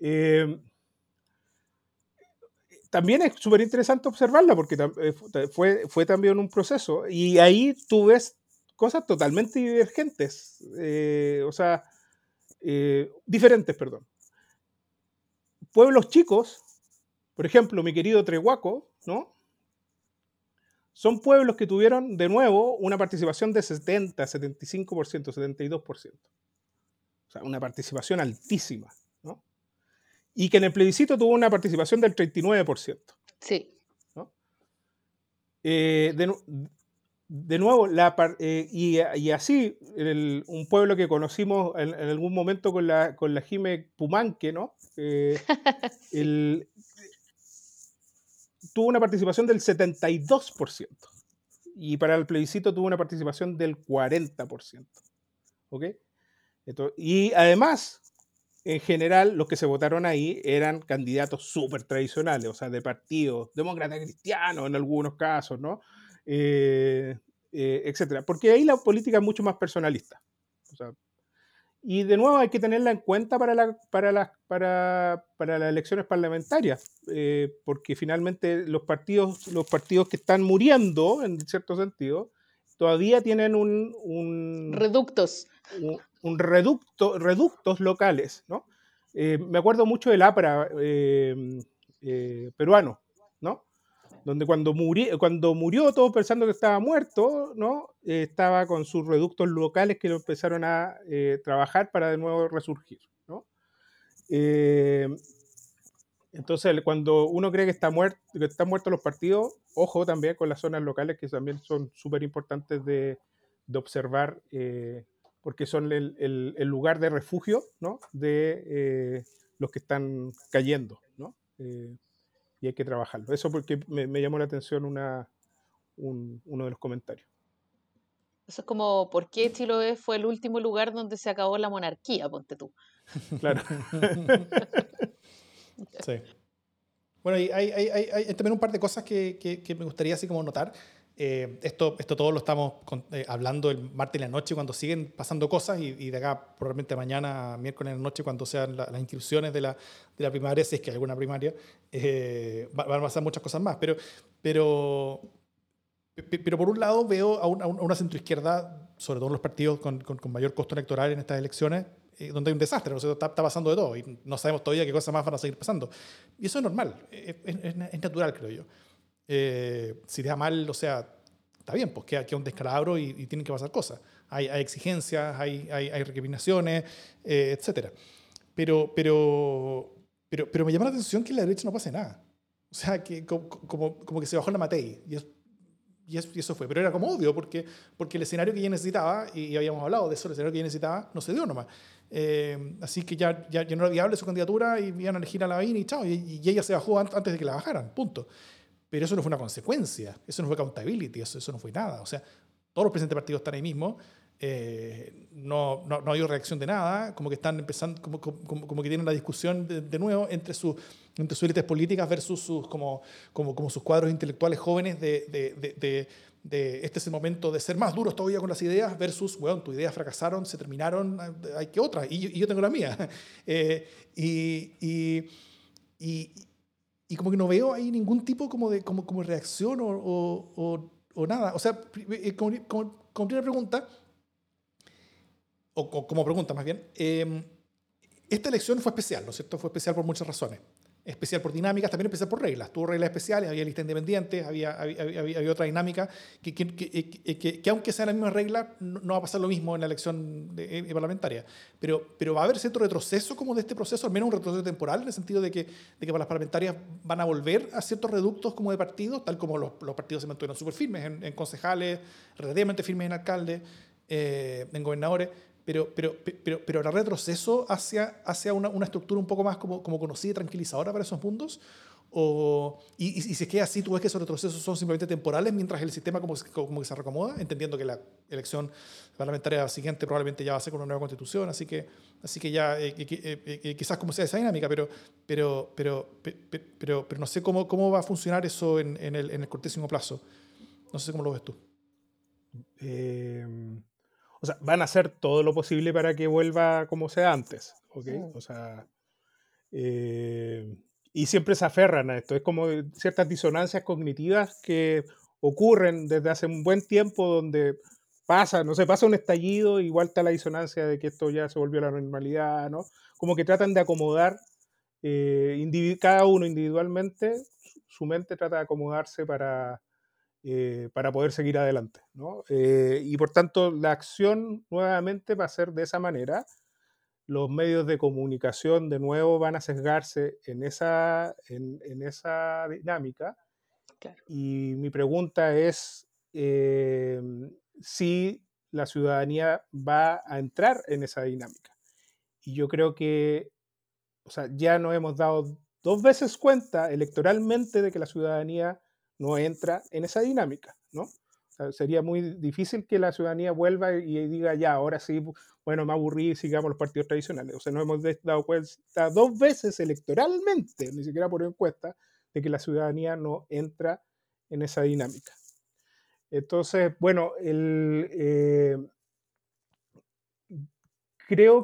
También es súper interesante observarla porque fue también un proceso y ahí tú ves cosas totalmente divergentes, diferentes, perdón. Pueblos chicos, por ejemplo, mi querido Trehuaco, ¿no? Son pueblos que tuvieron de nuevo una participación de 70, 75%, 72%. O sea, una participación altísima, ¿no? Y que en el plebiscito tuvo una participación del 39%. Sí. ¿No? De nuevo, y así, un pueblo que conocimos en algún momento con la Jime Pumanque, ¿no? Tuvo una participación del 72%. Y para el plebiscito tuvo una participación del 40%. ¿Ok? Y además, en general, los que se votaron ahí eran candidatos súper tradicionales, o sea, de partidos demócratas cristianos en algunos casos, ¿no? Etcétera. Porque ahí la política es mucho más personalista. O sea, y de nuevo hay que tenerla en cuenta para las elecciones parlamentarias, porque finalmente los partidos que están muriendo, en cierto sentido, todavía tienen Reductos. reductos locales, ¿no? Me acuerdo mucho del APRA peruano, ¿no? Donde cuando murió todos pensando que estaba muerto, ¿no? Estaba con sus reductos locales que lo empezaron a trabajar para de nuevo resurgir, ¿no? Entonces, cuando uno cree que están muertos los partidos, ojo también con las zonas locales, que también son súper importantes de observar, porque son el lugar de refugio, ¿no? de los que están cayendo, ¿no? Y hay que trabajarlo. Eso porque me llamó la atención uno de los comentarios. Eso es como, ¿por qué Chiloé fue el último lugar donde se acabó la monarquía? Ponte tú. Claro. Sí. Bueno, y hay también un par de cosas que me gustaría así como notar. Esto todo lo estamos hablando el martes en la noche cuando siguen pasando cosas y de acá probablemente mañana, miércoles en la noche, cuando sean las inscripciones de la primaria, si es que hay alguna primaria, van a pasar muchas cosas más. Pero, pero por un lado veo a una centroizquierda, sobre todo en los partidos con mayor costo electoral en estas elecciones, donde hay un desastre, ¿no? O sea, está pasando de todo y no sabemos todavía qué cosas más van a seguir pasando. Y eso es normal, es natural, creo yo. Si te da mal, o sea, está bien, pues queda un descalabro y tienen que pasar cosas. Hay exigencias, hay recriminaciones, etc. Pero me llama la atención que en la derecha no pase nada. O sea, que como que se bajó la Matei. Y eso fue. Pero era como obvio, porque el escenario que ella necesitaba, y habíamos hablado de eso, el escenario que ella necesitaba, no se dio nomás. Así que ya no era viable su candidatura y iban a elegir a Lavín y chao. Y ella se bajó antes de que la bajaran, punto. Pero eso no fue una consecuencia, eso no fue accountability, eso no fue nada. O sea, todos los presidentes de partidos están ahí mismo, no ha habido reacción de nada, como que están empezando, como que tienen la discusión de nuevo entre sus élites políticas versus como sus cuadros intelectuales jóvenes de este es el momento de ser más duros todavía con las ideas versus, bueno, tus ideas fracasaron, se terminaron, hay que otras, y yo tengo la mía. Y como que no veo ahí ningún tipo como reacción o nada. O sea, como primera pregunta, o como pregunta más bien, esta elección fue especial, ¿no es cierto? Fue especial por muchas razones. Especial por dinámicas, también especial por reglas. Tuvo reglas especiales, había lista independiente, había otra dinámica que aunque sean las mismas reglas, no va a pasar lo mismo en la elección parlamentaria. Pero va a haber cierto retroceso como de este proceso, al menos un retroceso temporal, en el sentido de que para las parlamentarias van a volver a ciertos reductos como de partidos, tal como los partidos se mantuvieron súper firmes en concejales, relativamente firmes en alcaldes, en gobernadores. Pero ¿habrá retroceso hacia una estructura un poco más como conocida y tranquilizadora para esos mundos? Y si es que así, tú ves que esos retrocesos son simplemente temporales mientras el sistema como que se reacomoda, entendiendo que la elección parlamentaria siguiente probablemente ya va a ser con una nueva constitución, así que ya quizás como sea esa dinámica, pero no sé cómo va a funcionar eso en el cortísimo plazo. No sé cómo lo ves tú. O sea, van a hacer todo lo posible para que vuelva como sea antes, ¿ok? O sea, y siempre se aferran a esto. Es como ciertas disonancias cognitivas que ocurren desde hace un buen tiempo donde pasa un estallido, igual está la disonancia de que esto ya se volvió a la normalidad, ¿no? Como que tratan de acomodar, cada uno individualmente, su mente trata de acomodarse para poder seguir adelante, ¿no? Y por tanto, la acción nuevamente va a ser de esa manera. Los medios de comunicación de nuevo van a sesgarse en esa dinámica. Claro. Y mi pregunta es si la ciudadanía va a entrar en esa dinámica. Y yo creo que, o sea, ya nos hemos dado 2 veces cuenta electoralmente de que la ciudadanía no entra en esa dinámica, ¿no? O sea, sería muy difícil que la ciudadanía vuelva y diga, ya, ahora sí, bueno, me aburrí, sigamos los partidos tradicionales. O sea, nos hemos dado cuenta 2 veces electoralmente, ni siquiera por encuesta, de que la ciudadanía no entra en esa dinámica. Entonces, bueno, creo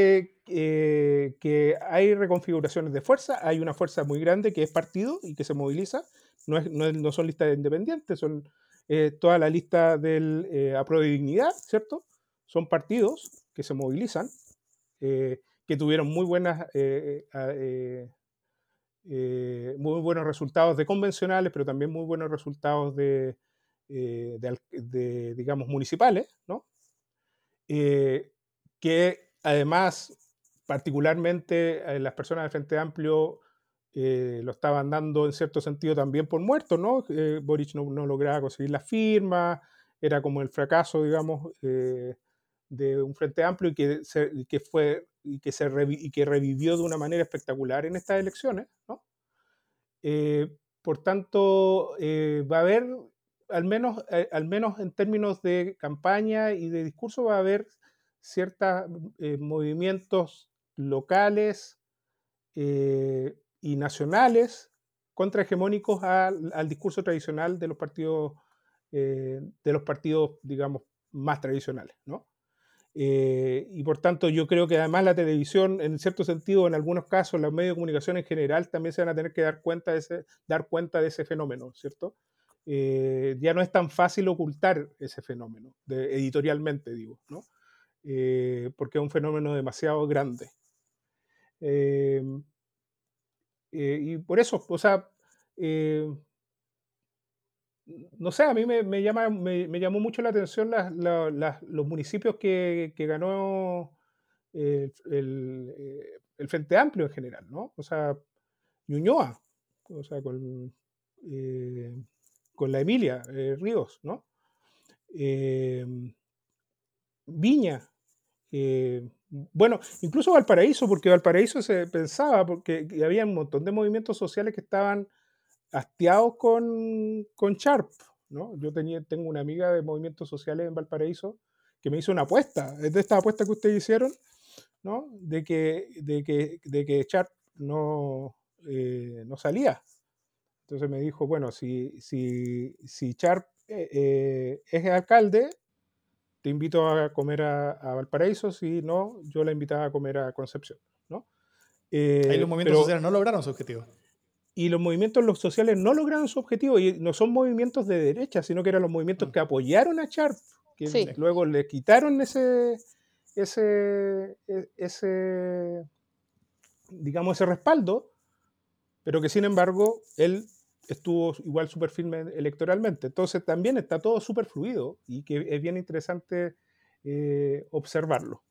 que hay reconfiguraciones de fuerza. Hay una fuerza muy grande que es partido y que se moviliza. No son listas independientes, son toda la lista del Apruebo y Dignidad, ¿cierto? Son partidos que se movilizan, que tuvieron muy buenos resultados de convencionales, pero también muy buenos resultados digamos, municipales, ¿no? Que además particularmente las personas del Frente Amplio lo estaban dando en cierto sentido también por muerto, ¿no? Boric no lograba conseguir las firmas, era como el fracaso, digamos, de un Frente Amplio y que revivió de una manera espectacular en estas elecciones, ¿no? Por tanto, va a haber, al menos en términos de campaña y de discurso, va a haber ciertos movimientos locales y nacionales contrahegemónicos al discurso tradicional de los partidos, digamos, más tradicionales, ¿no? Y por tanto yo creo que además la televisión, en cierto sentido, en algunos casos, los medios de comunicación en general también se van a tener que dar cuenta de ese fenómeno, ¿cierto? Ya no es tan fácil ocultar ese fenómeno, editorialmente digo, ¿no? Porque es un fenómeno demasiado grande. Eh, y por eso, o sea, no sé, a mí me llamó mucho la atención los municipios que ganó el Frente Amplio en general, ¿no? O sea, Ñuñoa, o sea, eh, con la Emilia Ríos, ¿no? Eh, Viña, bueno, incluso Valparaíso, porque Valparaíso se pensaba, porque había un montón de movimientos sociales que estaban hastiados con Sharp, ¿no? Tengo una amiga de movimientos sociales en Valparaíso que me hizo una apuesta, es de estas apuestas que ustedes hicieron, ¿no? De que Sharp no salía. Entonces me dijo, bueno, si Sharp es alcalde, te invito a comer a Valparaíso, si no, yo la invitaba a comer a Concepción, ¿no? Ahí los movimientos Pero sociales no lograron su objetivo. y los movimientos sociales no lograron su objetivo, y no son movimientos de derecha, sino que eran los movimientos que apoyaron a Sharp, que Sí. luego le quitaron ese, digamos, ese respaldo, pero que sin embargo él estuvo igual súper firme electoralmente. Entonces también está todo súper fluido y que es bien interesante observarlo.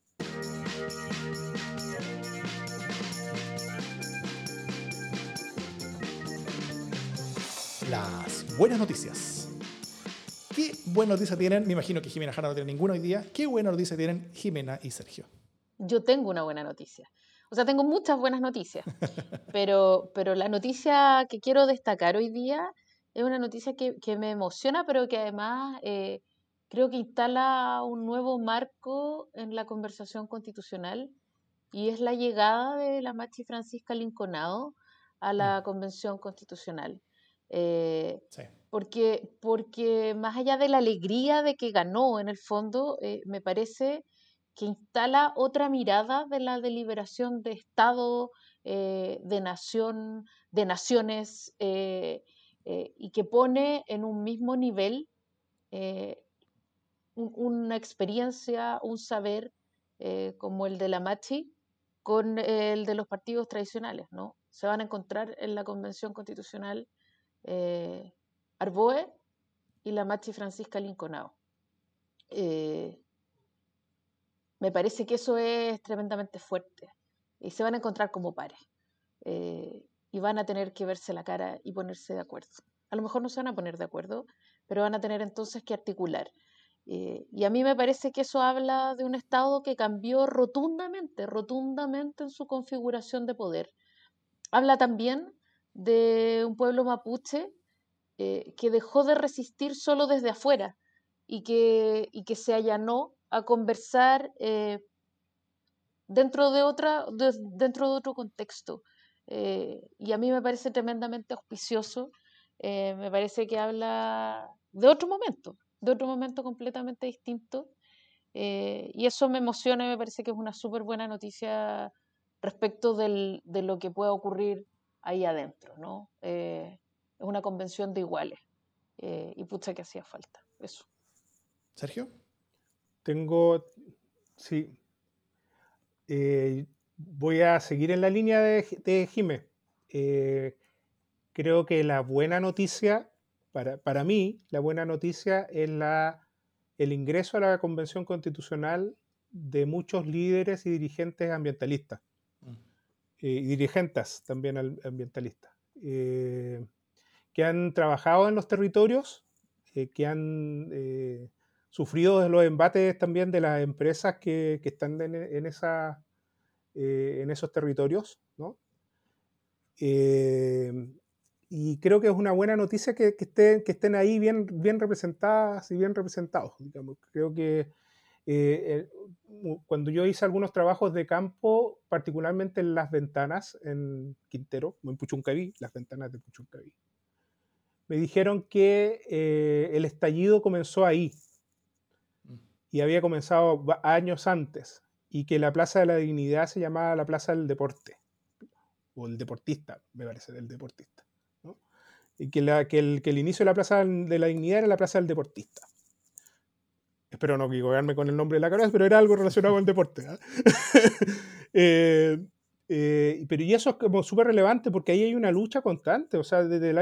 Las buenas noticias. ¿Qué buena noticia tienen? Me imagino que Jimena Jara no tiene ninguna hoy día. ¿Qué buena noticia tienen Jimena y Sergio? Yo tengo una buena noticia. O sea, tengo muchas buenas noticias, pero la noticia que quiero destacar hoy día es una noticia que me emociona, pero que además creo que instala un nuevo marco en la conversación constitucional, y es la llegada de la Machi Francisca Linconado a la Convención Constitucional. Eh, Sí. porque más allá de la alegría de que ganó, en el fondo, me parece que instala otra mirada de la deliberación de Estado, de nación, de naciones, y que pone en un mismo nivel eh, una experiencia, un saber como el de la Machi con el de los partidos tradicionales, ¿no? Se van a encontrar en la Convención Constitucional eh, Arboe y la Machi Francisca Linconao. Me parece que eso es tremendamente fuerte y se van a encontrar como pares y van a tener que verse la cara y ponerse de acuerdo. A lo mejor no se van a poner de acuerdo, pero van a tener entonces que articular. Y a mí me parece que eso habla de un Estado que cambió rotundamente en su configuración de poder. Habla también de un pueblo mapuche que dejó de resistir solo desde afuera y que se allanó a conversar dentro de otro contexto. Y a mí me parece tremendamente auspicioso, me parece que habla de otro momento completamente distinto, y eso me emociona y me parece que es una súper buena noticia respecto de lo que pueda ocurrir ahí adentro, ¿no? Es una convención de iguales, y pucha que hacía falta, eso. ¿Sergio? Sí, voy a seguir en la línea de Jimé. Creo que la buena noticia, para mí, la buena noticia es el ingreso a la Convención Constitucional de muchos líderes y dirigentes ambientalistas. y dirigentes también ambientalistas, que han trabajado en los territorios, que han sufrido de los embates también de las empresas que están en esos territorios, ¿no? Y creo que es una buena noticia que estén ahí bien representadas y bien representados, digamos. Creo que cuando yo hice algunos trabajos de campo, particularmente en Las Ventanas, en Quintero, en Puchuncaví, Las Ventanas de Puchuncaví, me dijeron que el estallido comenzó ahí y había comenzado años antes, y que la Plaza de la Dignidad se llamaba la Plaza del Deporte, o el deportista, me parece, del deportista, ¿no? Y que el inicio de la Plaza de la Dignidad era la Plaza del Deportista. Espero no equivocarme con el nombre de la cabeza, pero era algo relacionado con el deporte, ¿eh? Pero y eso es como súper relevante porque ahí hay una lucha constante, o sea,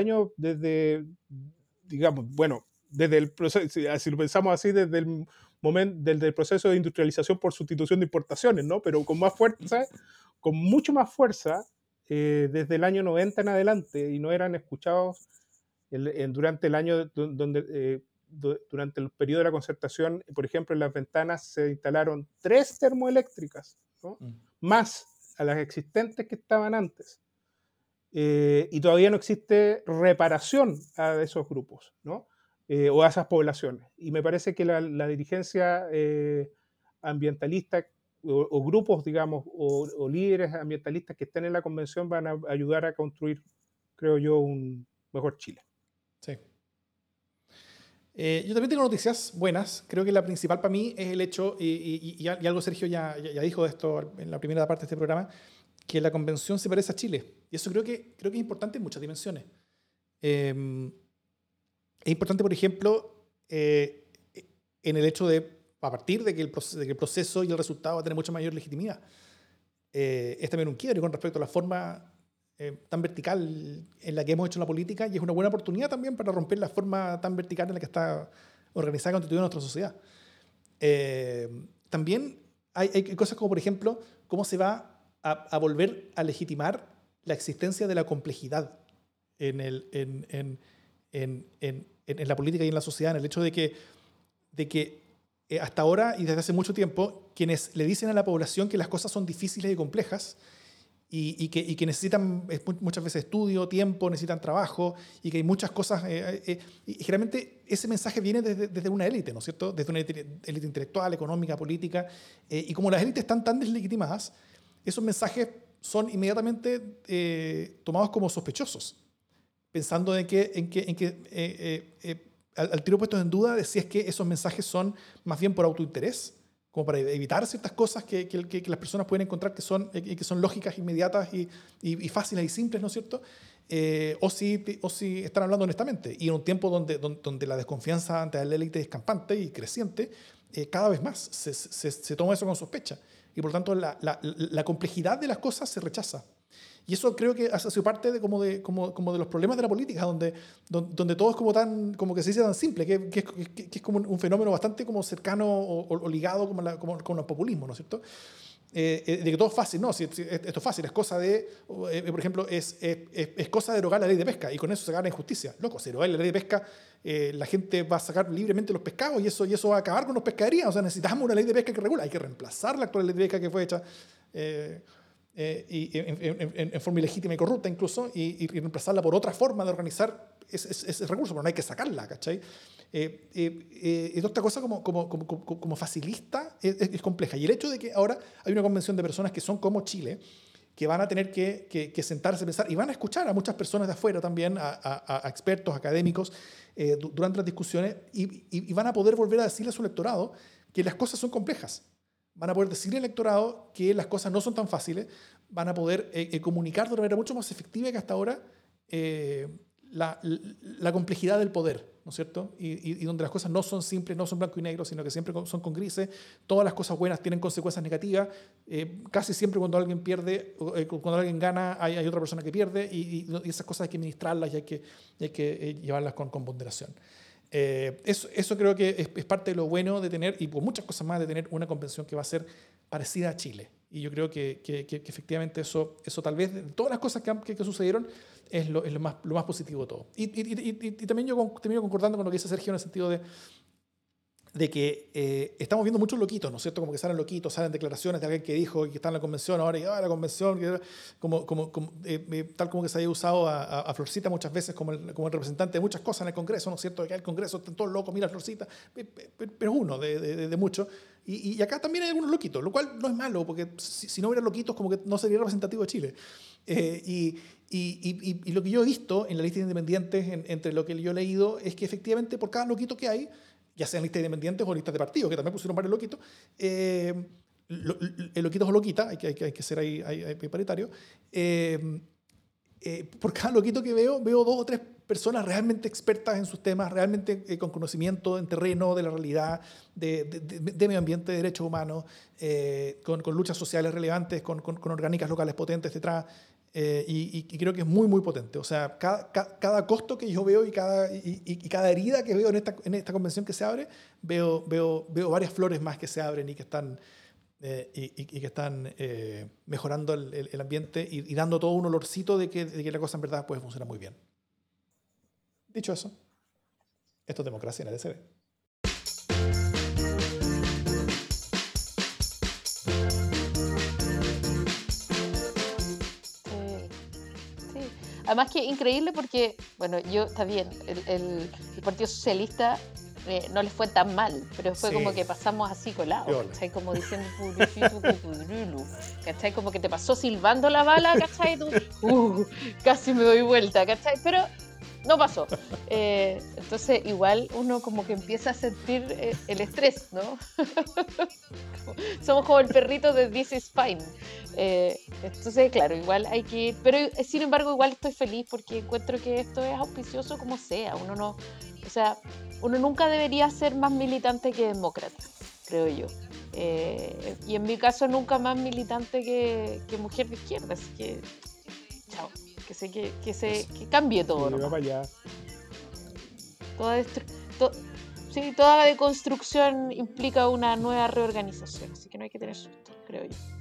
digamos, bueno, desde el proceso, si lo pensamos así, desde el momento, desde el proceso de industrialización por sustitución de importaciones, ¿no? Pero con más fuerza, con mucho más fuerza, desde el año 90 en adelante, y no eran escuchados durante el año durante el periodo de la concertación. Por ejemplo, en Las Ventanas se instalaron 3 termoeléctricas, ¿no? Más a las existentes que estaban antes. Y todavía no existe reparación a esos grupos, ¿no? O a esas poblaciones. Y me parece que la dirigencia ambientalista o grupos, digamos, o líderes ambientalistas que estén en la convención van a ayudar a construir, creo yo, un mejor Chile. Sí. Yo también tengo noticias buenas. Creo que la principal para mí es el hecho, y algo Sergio ya dijo de esto en la primera parte de este programa, que la convención se parece a Chile. Y eso creo que es importante en muchas dimensiones. Es importante, por ejemplo, en el hecho de, a partir de que el proceso y el resultado va a tener mucha mayor legitimidad. Es también un quiebre con respecto a la forma tan vertical en la que hemos hecho la política, y es una buena oportunidad también para romper la forma tan vertical en la que está organizada y constituida nuestra sociedad. También hay cosas como, por ejemplo, cómo se va a volver a legitimar la existencia de la complejidad en la política y en la sociedad, en el hecho de que hasta ahora y desde hace mucho tiempo, quienes le dicen a la población que las cosas son difíciles y complejas, y que necesitan muchas veces estudio, tiempo, necesitan trabajo, y que hay muchas cosas, y generalmente ese mensaje viene desde una élite, ¿no es cierto? Desde una élite intelectual, económica, política, y como las élites están tan deslegitimadas, esos mensajes son inmediatamente tomados como sospechosos, pensando al tiro puestos en duda de si es que esos mensajes son más bien por autointerés, como para evitar ciertas cosas que las personas pueden encontrar que son lógicas, inmediatas y fáciles y simples, ¿no es cierto? O si están hablando honestamente. Y en un tiempo donde la desconfianza ante la élite es campante y creciente, cada vez más se toma eso con sospecha. Y por lo tanto la complejidad de las cosas se rechaza. Y eso creo que ha sido parte de los problemas de la política, donde todo es como que se dice tan simple, que es como un fenómeno bastante como cercano o ligado con el populismo, ¿no es cierto? De que todo es fácil. No, si esto es fácil, es cosa de, por ejemplo, es cosa de derogar la ley de pesca, y con eso se gana injusticia. Loco, si derogar la ley de pesca, la gente va a sacar libremente los pescados, y eso va a acabar con las pescaderías. O sea, necesitamos una ley de pesca que regula. Hay que reemplazar la actual ley de pesca que fue hecha y en forma ilegítima y corrupta incluso, y reemplazarla por otra forma de organizar ese recurso, pero no hay que sacarla, ¿cachai? Y toda esta cosa como facilista es compleja. Y el hecho de que ahora hay una convención de personas que son como Chile, que van a tener que sentarse a pensar, y van a escuchar a muchas personas de afuera también, a expertos, académicos, durante las discusiones, y van a poder volver a decirle a su electorado que las cosas son complejas. Van a poder decirle al electorado que las cosas no son tan fáciles, van a poder comunicar de una manera mucho más efectiva que hasta ahora la complejidad del poder, ¿no es cierto? Y donde las cosas no son simples, no son blanco y negro, sino que siempre son con grises. Todas las cosas buenas tienen consecuencias negativas. Casi siempre cuando alguien pierde, cuando alguien gana, hay otra persona que pierde, y esas cosas hay que administrarlas y hay que llevarlas con ponderación. Eso creo que es parte de lo bueno de tener, y por muchas cosas más, de tener una convención que va a ser parecida a Chile. Y yo creo que efectivamente eso tal vez, de todas las cosas que sucedieron, es lo más positivo de todo. Y también yo termino concordando con lo que dice Sergio en el sentido de que estamos viendo muchos loquitos, ¿no es cierto? Como que salen loquitos, salen declaraciones de alguien que dijo que está en la convención ahora y la convención, tal como que se haya usado a Florcita muchas veces como el representante de muchas cosas en el Congreso, ¿no es cierto? Que el Congreso están todos locos, mira Florcita, pero uno de muchos. Y acá también hay algunos loquitos, lo cual no es malo, porque si no hubiera loquitos como que no sería representativo de Chile. Y lo que yo he visto en la lista de independientes, entre lo que yo he leído, es que efectivamente por cada loquito que hay, ya sean listas independientes o listas de partidos, que también pusieron varios loquitos, loquitos o loquita, hay que ser ahí paritario, por cada loquito que veo 2 o 3 personas realmente expertas en sus temas, realmente con conocimiento en terreno de la realidad, de medio ambiente, de derechos humanos, con luchas sociales relevantes, con orgánicas locales potentes detrás. Y creo que es muy, muy potente. O sea, cada costo que yo veo y cada herida que veo en esta convención que se abre, veo varias flores más que se abren y que están, mejorando el ambiente y dando todo un olorcito de que la cosa en verdad puede funcionar muy bien. Dicho eso, esto es democracia en el LSD. Además que increíble porque, bueno, está bien, el Partido Socialista no les fue tan mal, pero fue como que pasamos así colado, ¿cachai? Como diciendo, ¿cachai? Como que te pasó silbando la bala, ¿cachai? Tú, casi me doy vuelta, ¿cachai? Pero no pasó. Entonces igual uno como que empieza a sentir el estrés, ¿no? Somos como el perrito de This is Fine. Entonces, claro, igual hay que ir, pero sin embargo igual estoy feliz porque encuentro que esto es auspicioso como sea. Uno nunca debería ser más militante que demócrata, creo yo. Y en mi caso nunca más militante que mujer de izquierda, así que chao. Que cambie todo. Va para allá. Toda deconstrucción implica una nueva reorganización, así que no hay que tener susto, creo yo.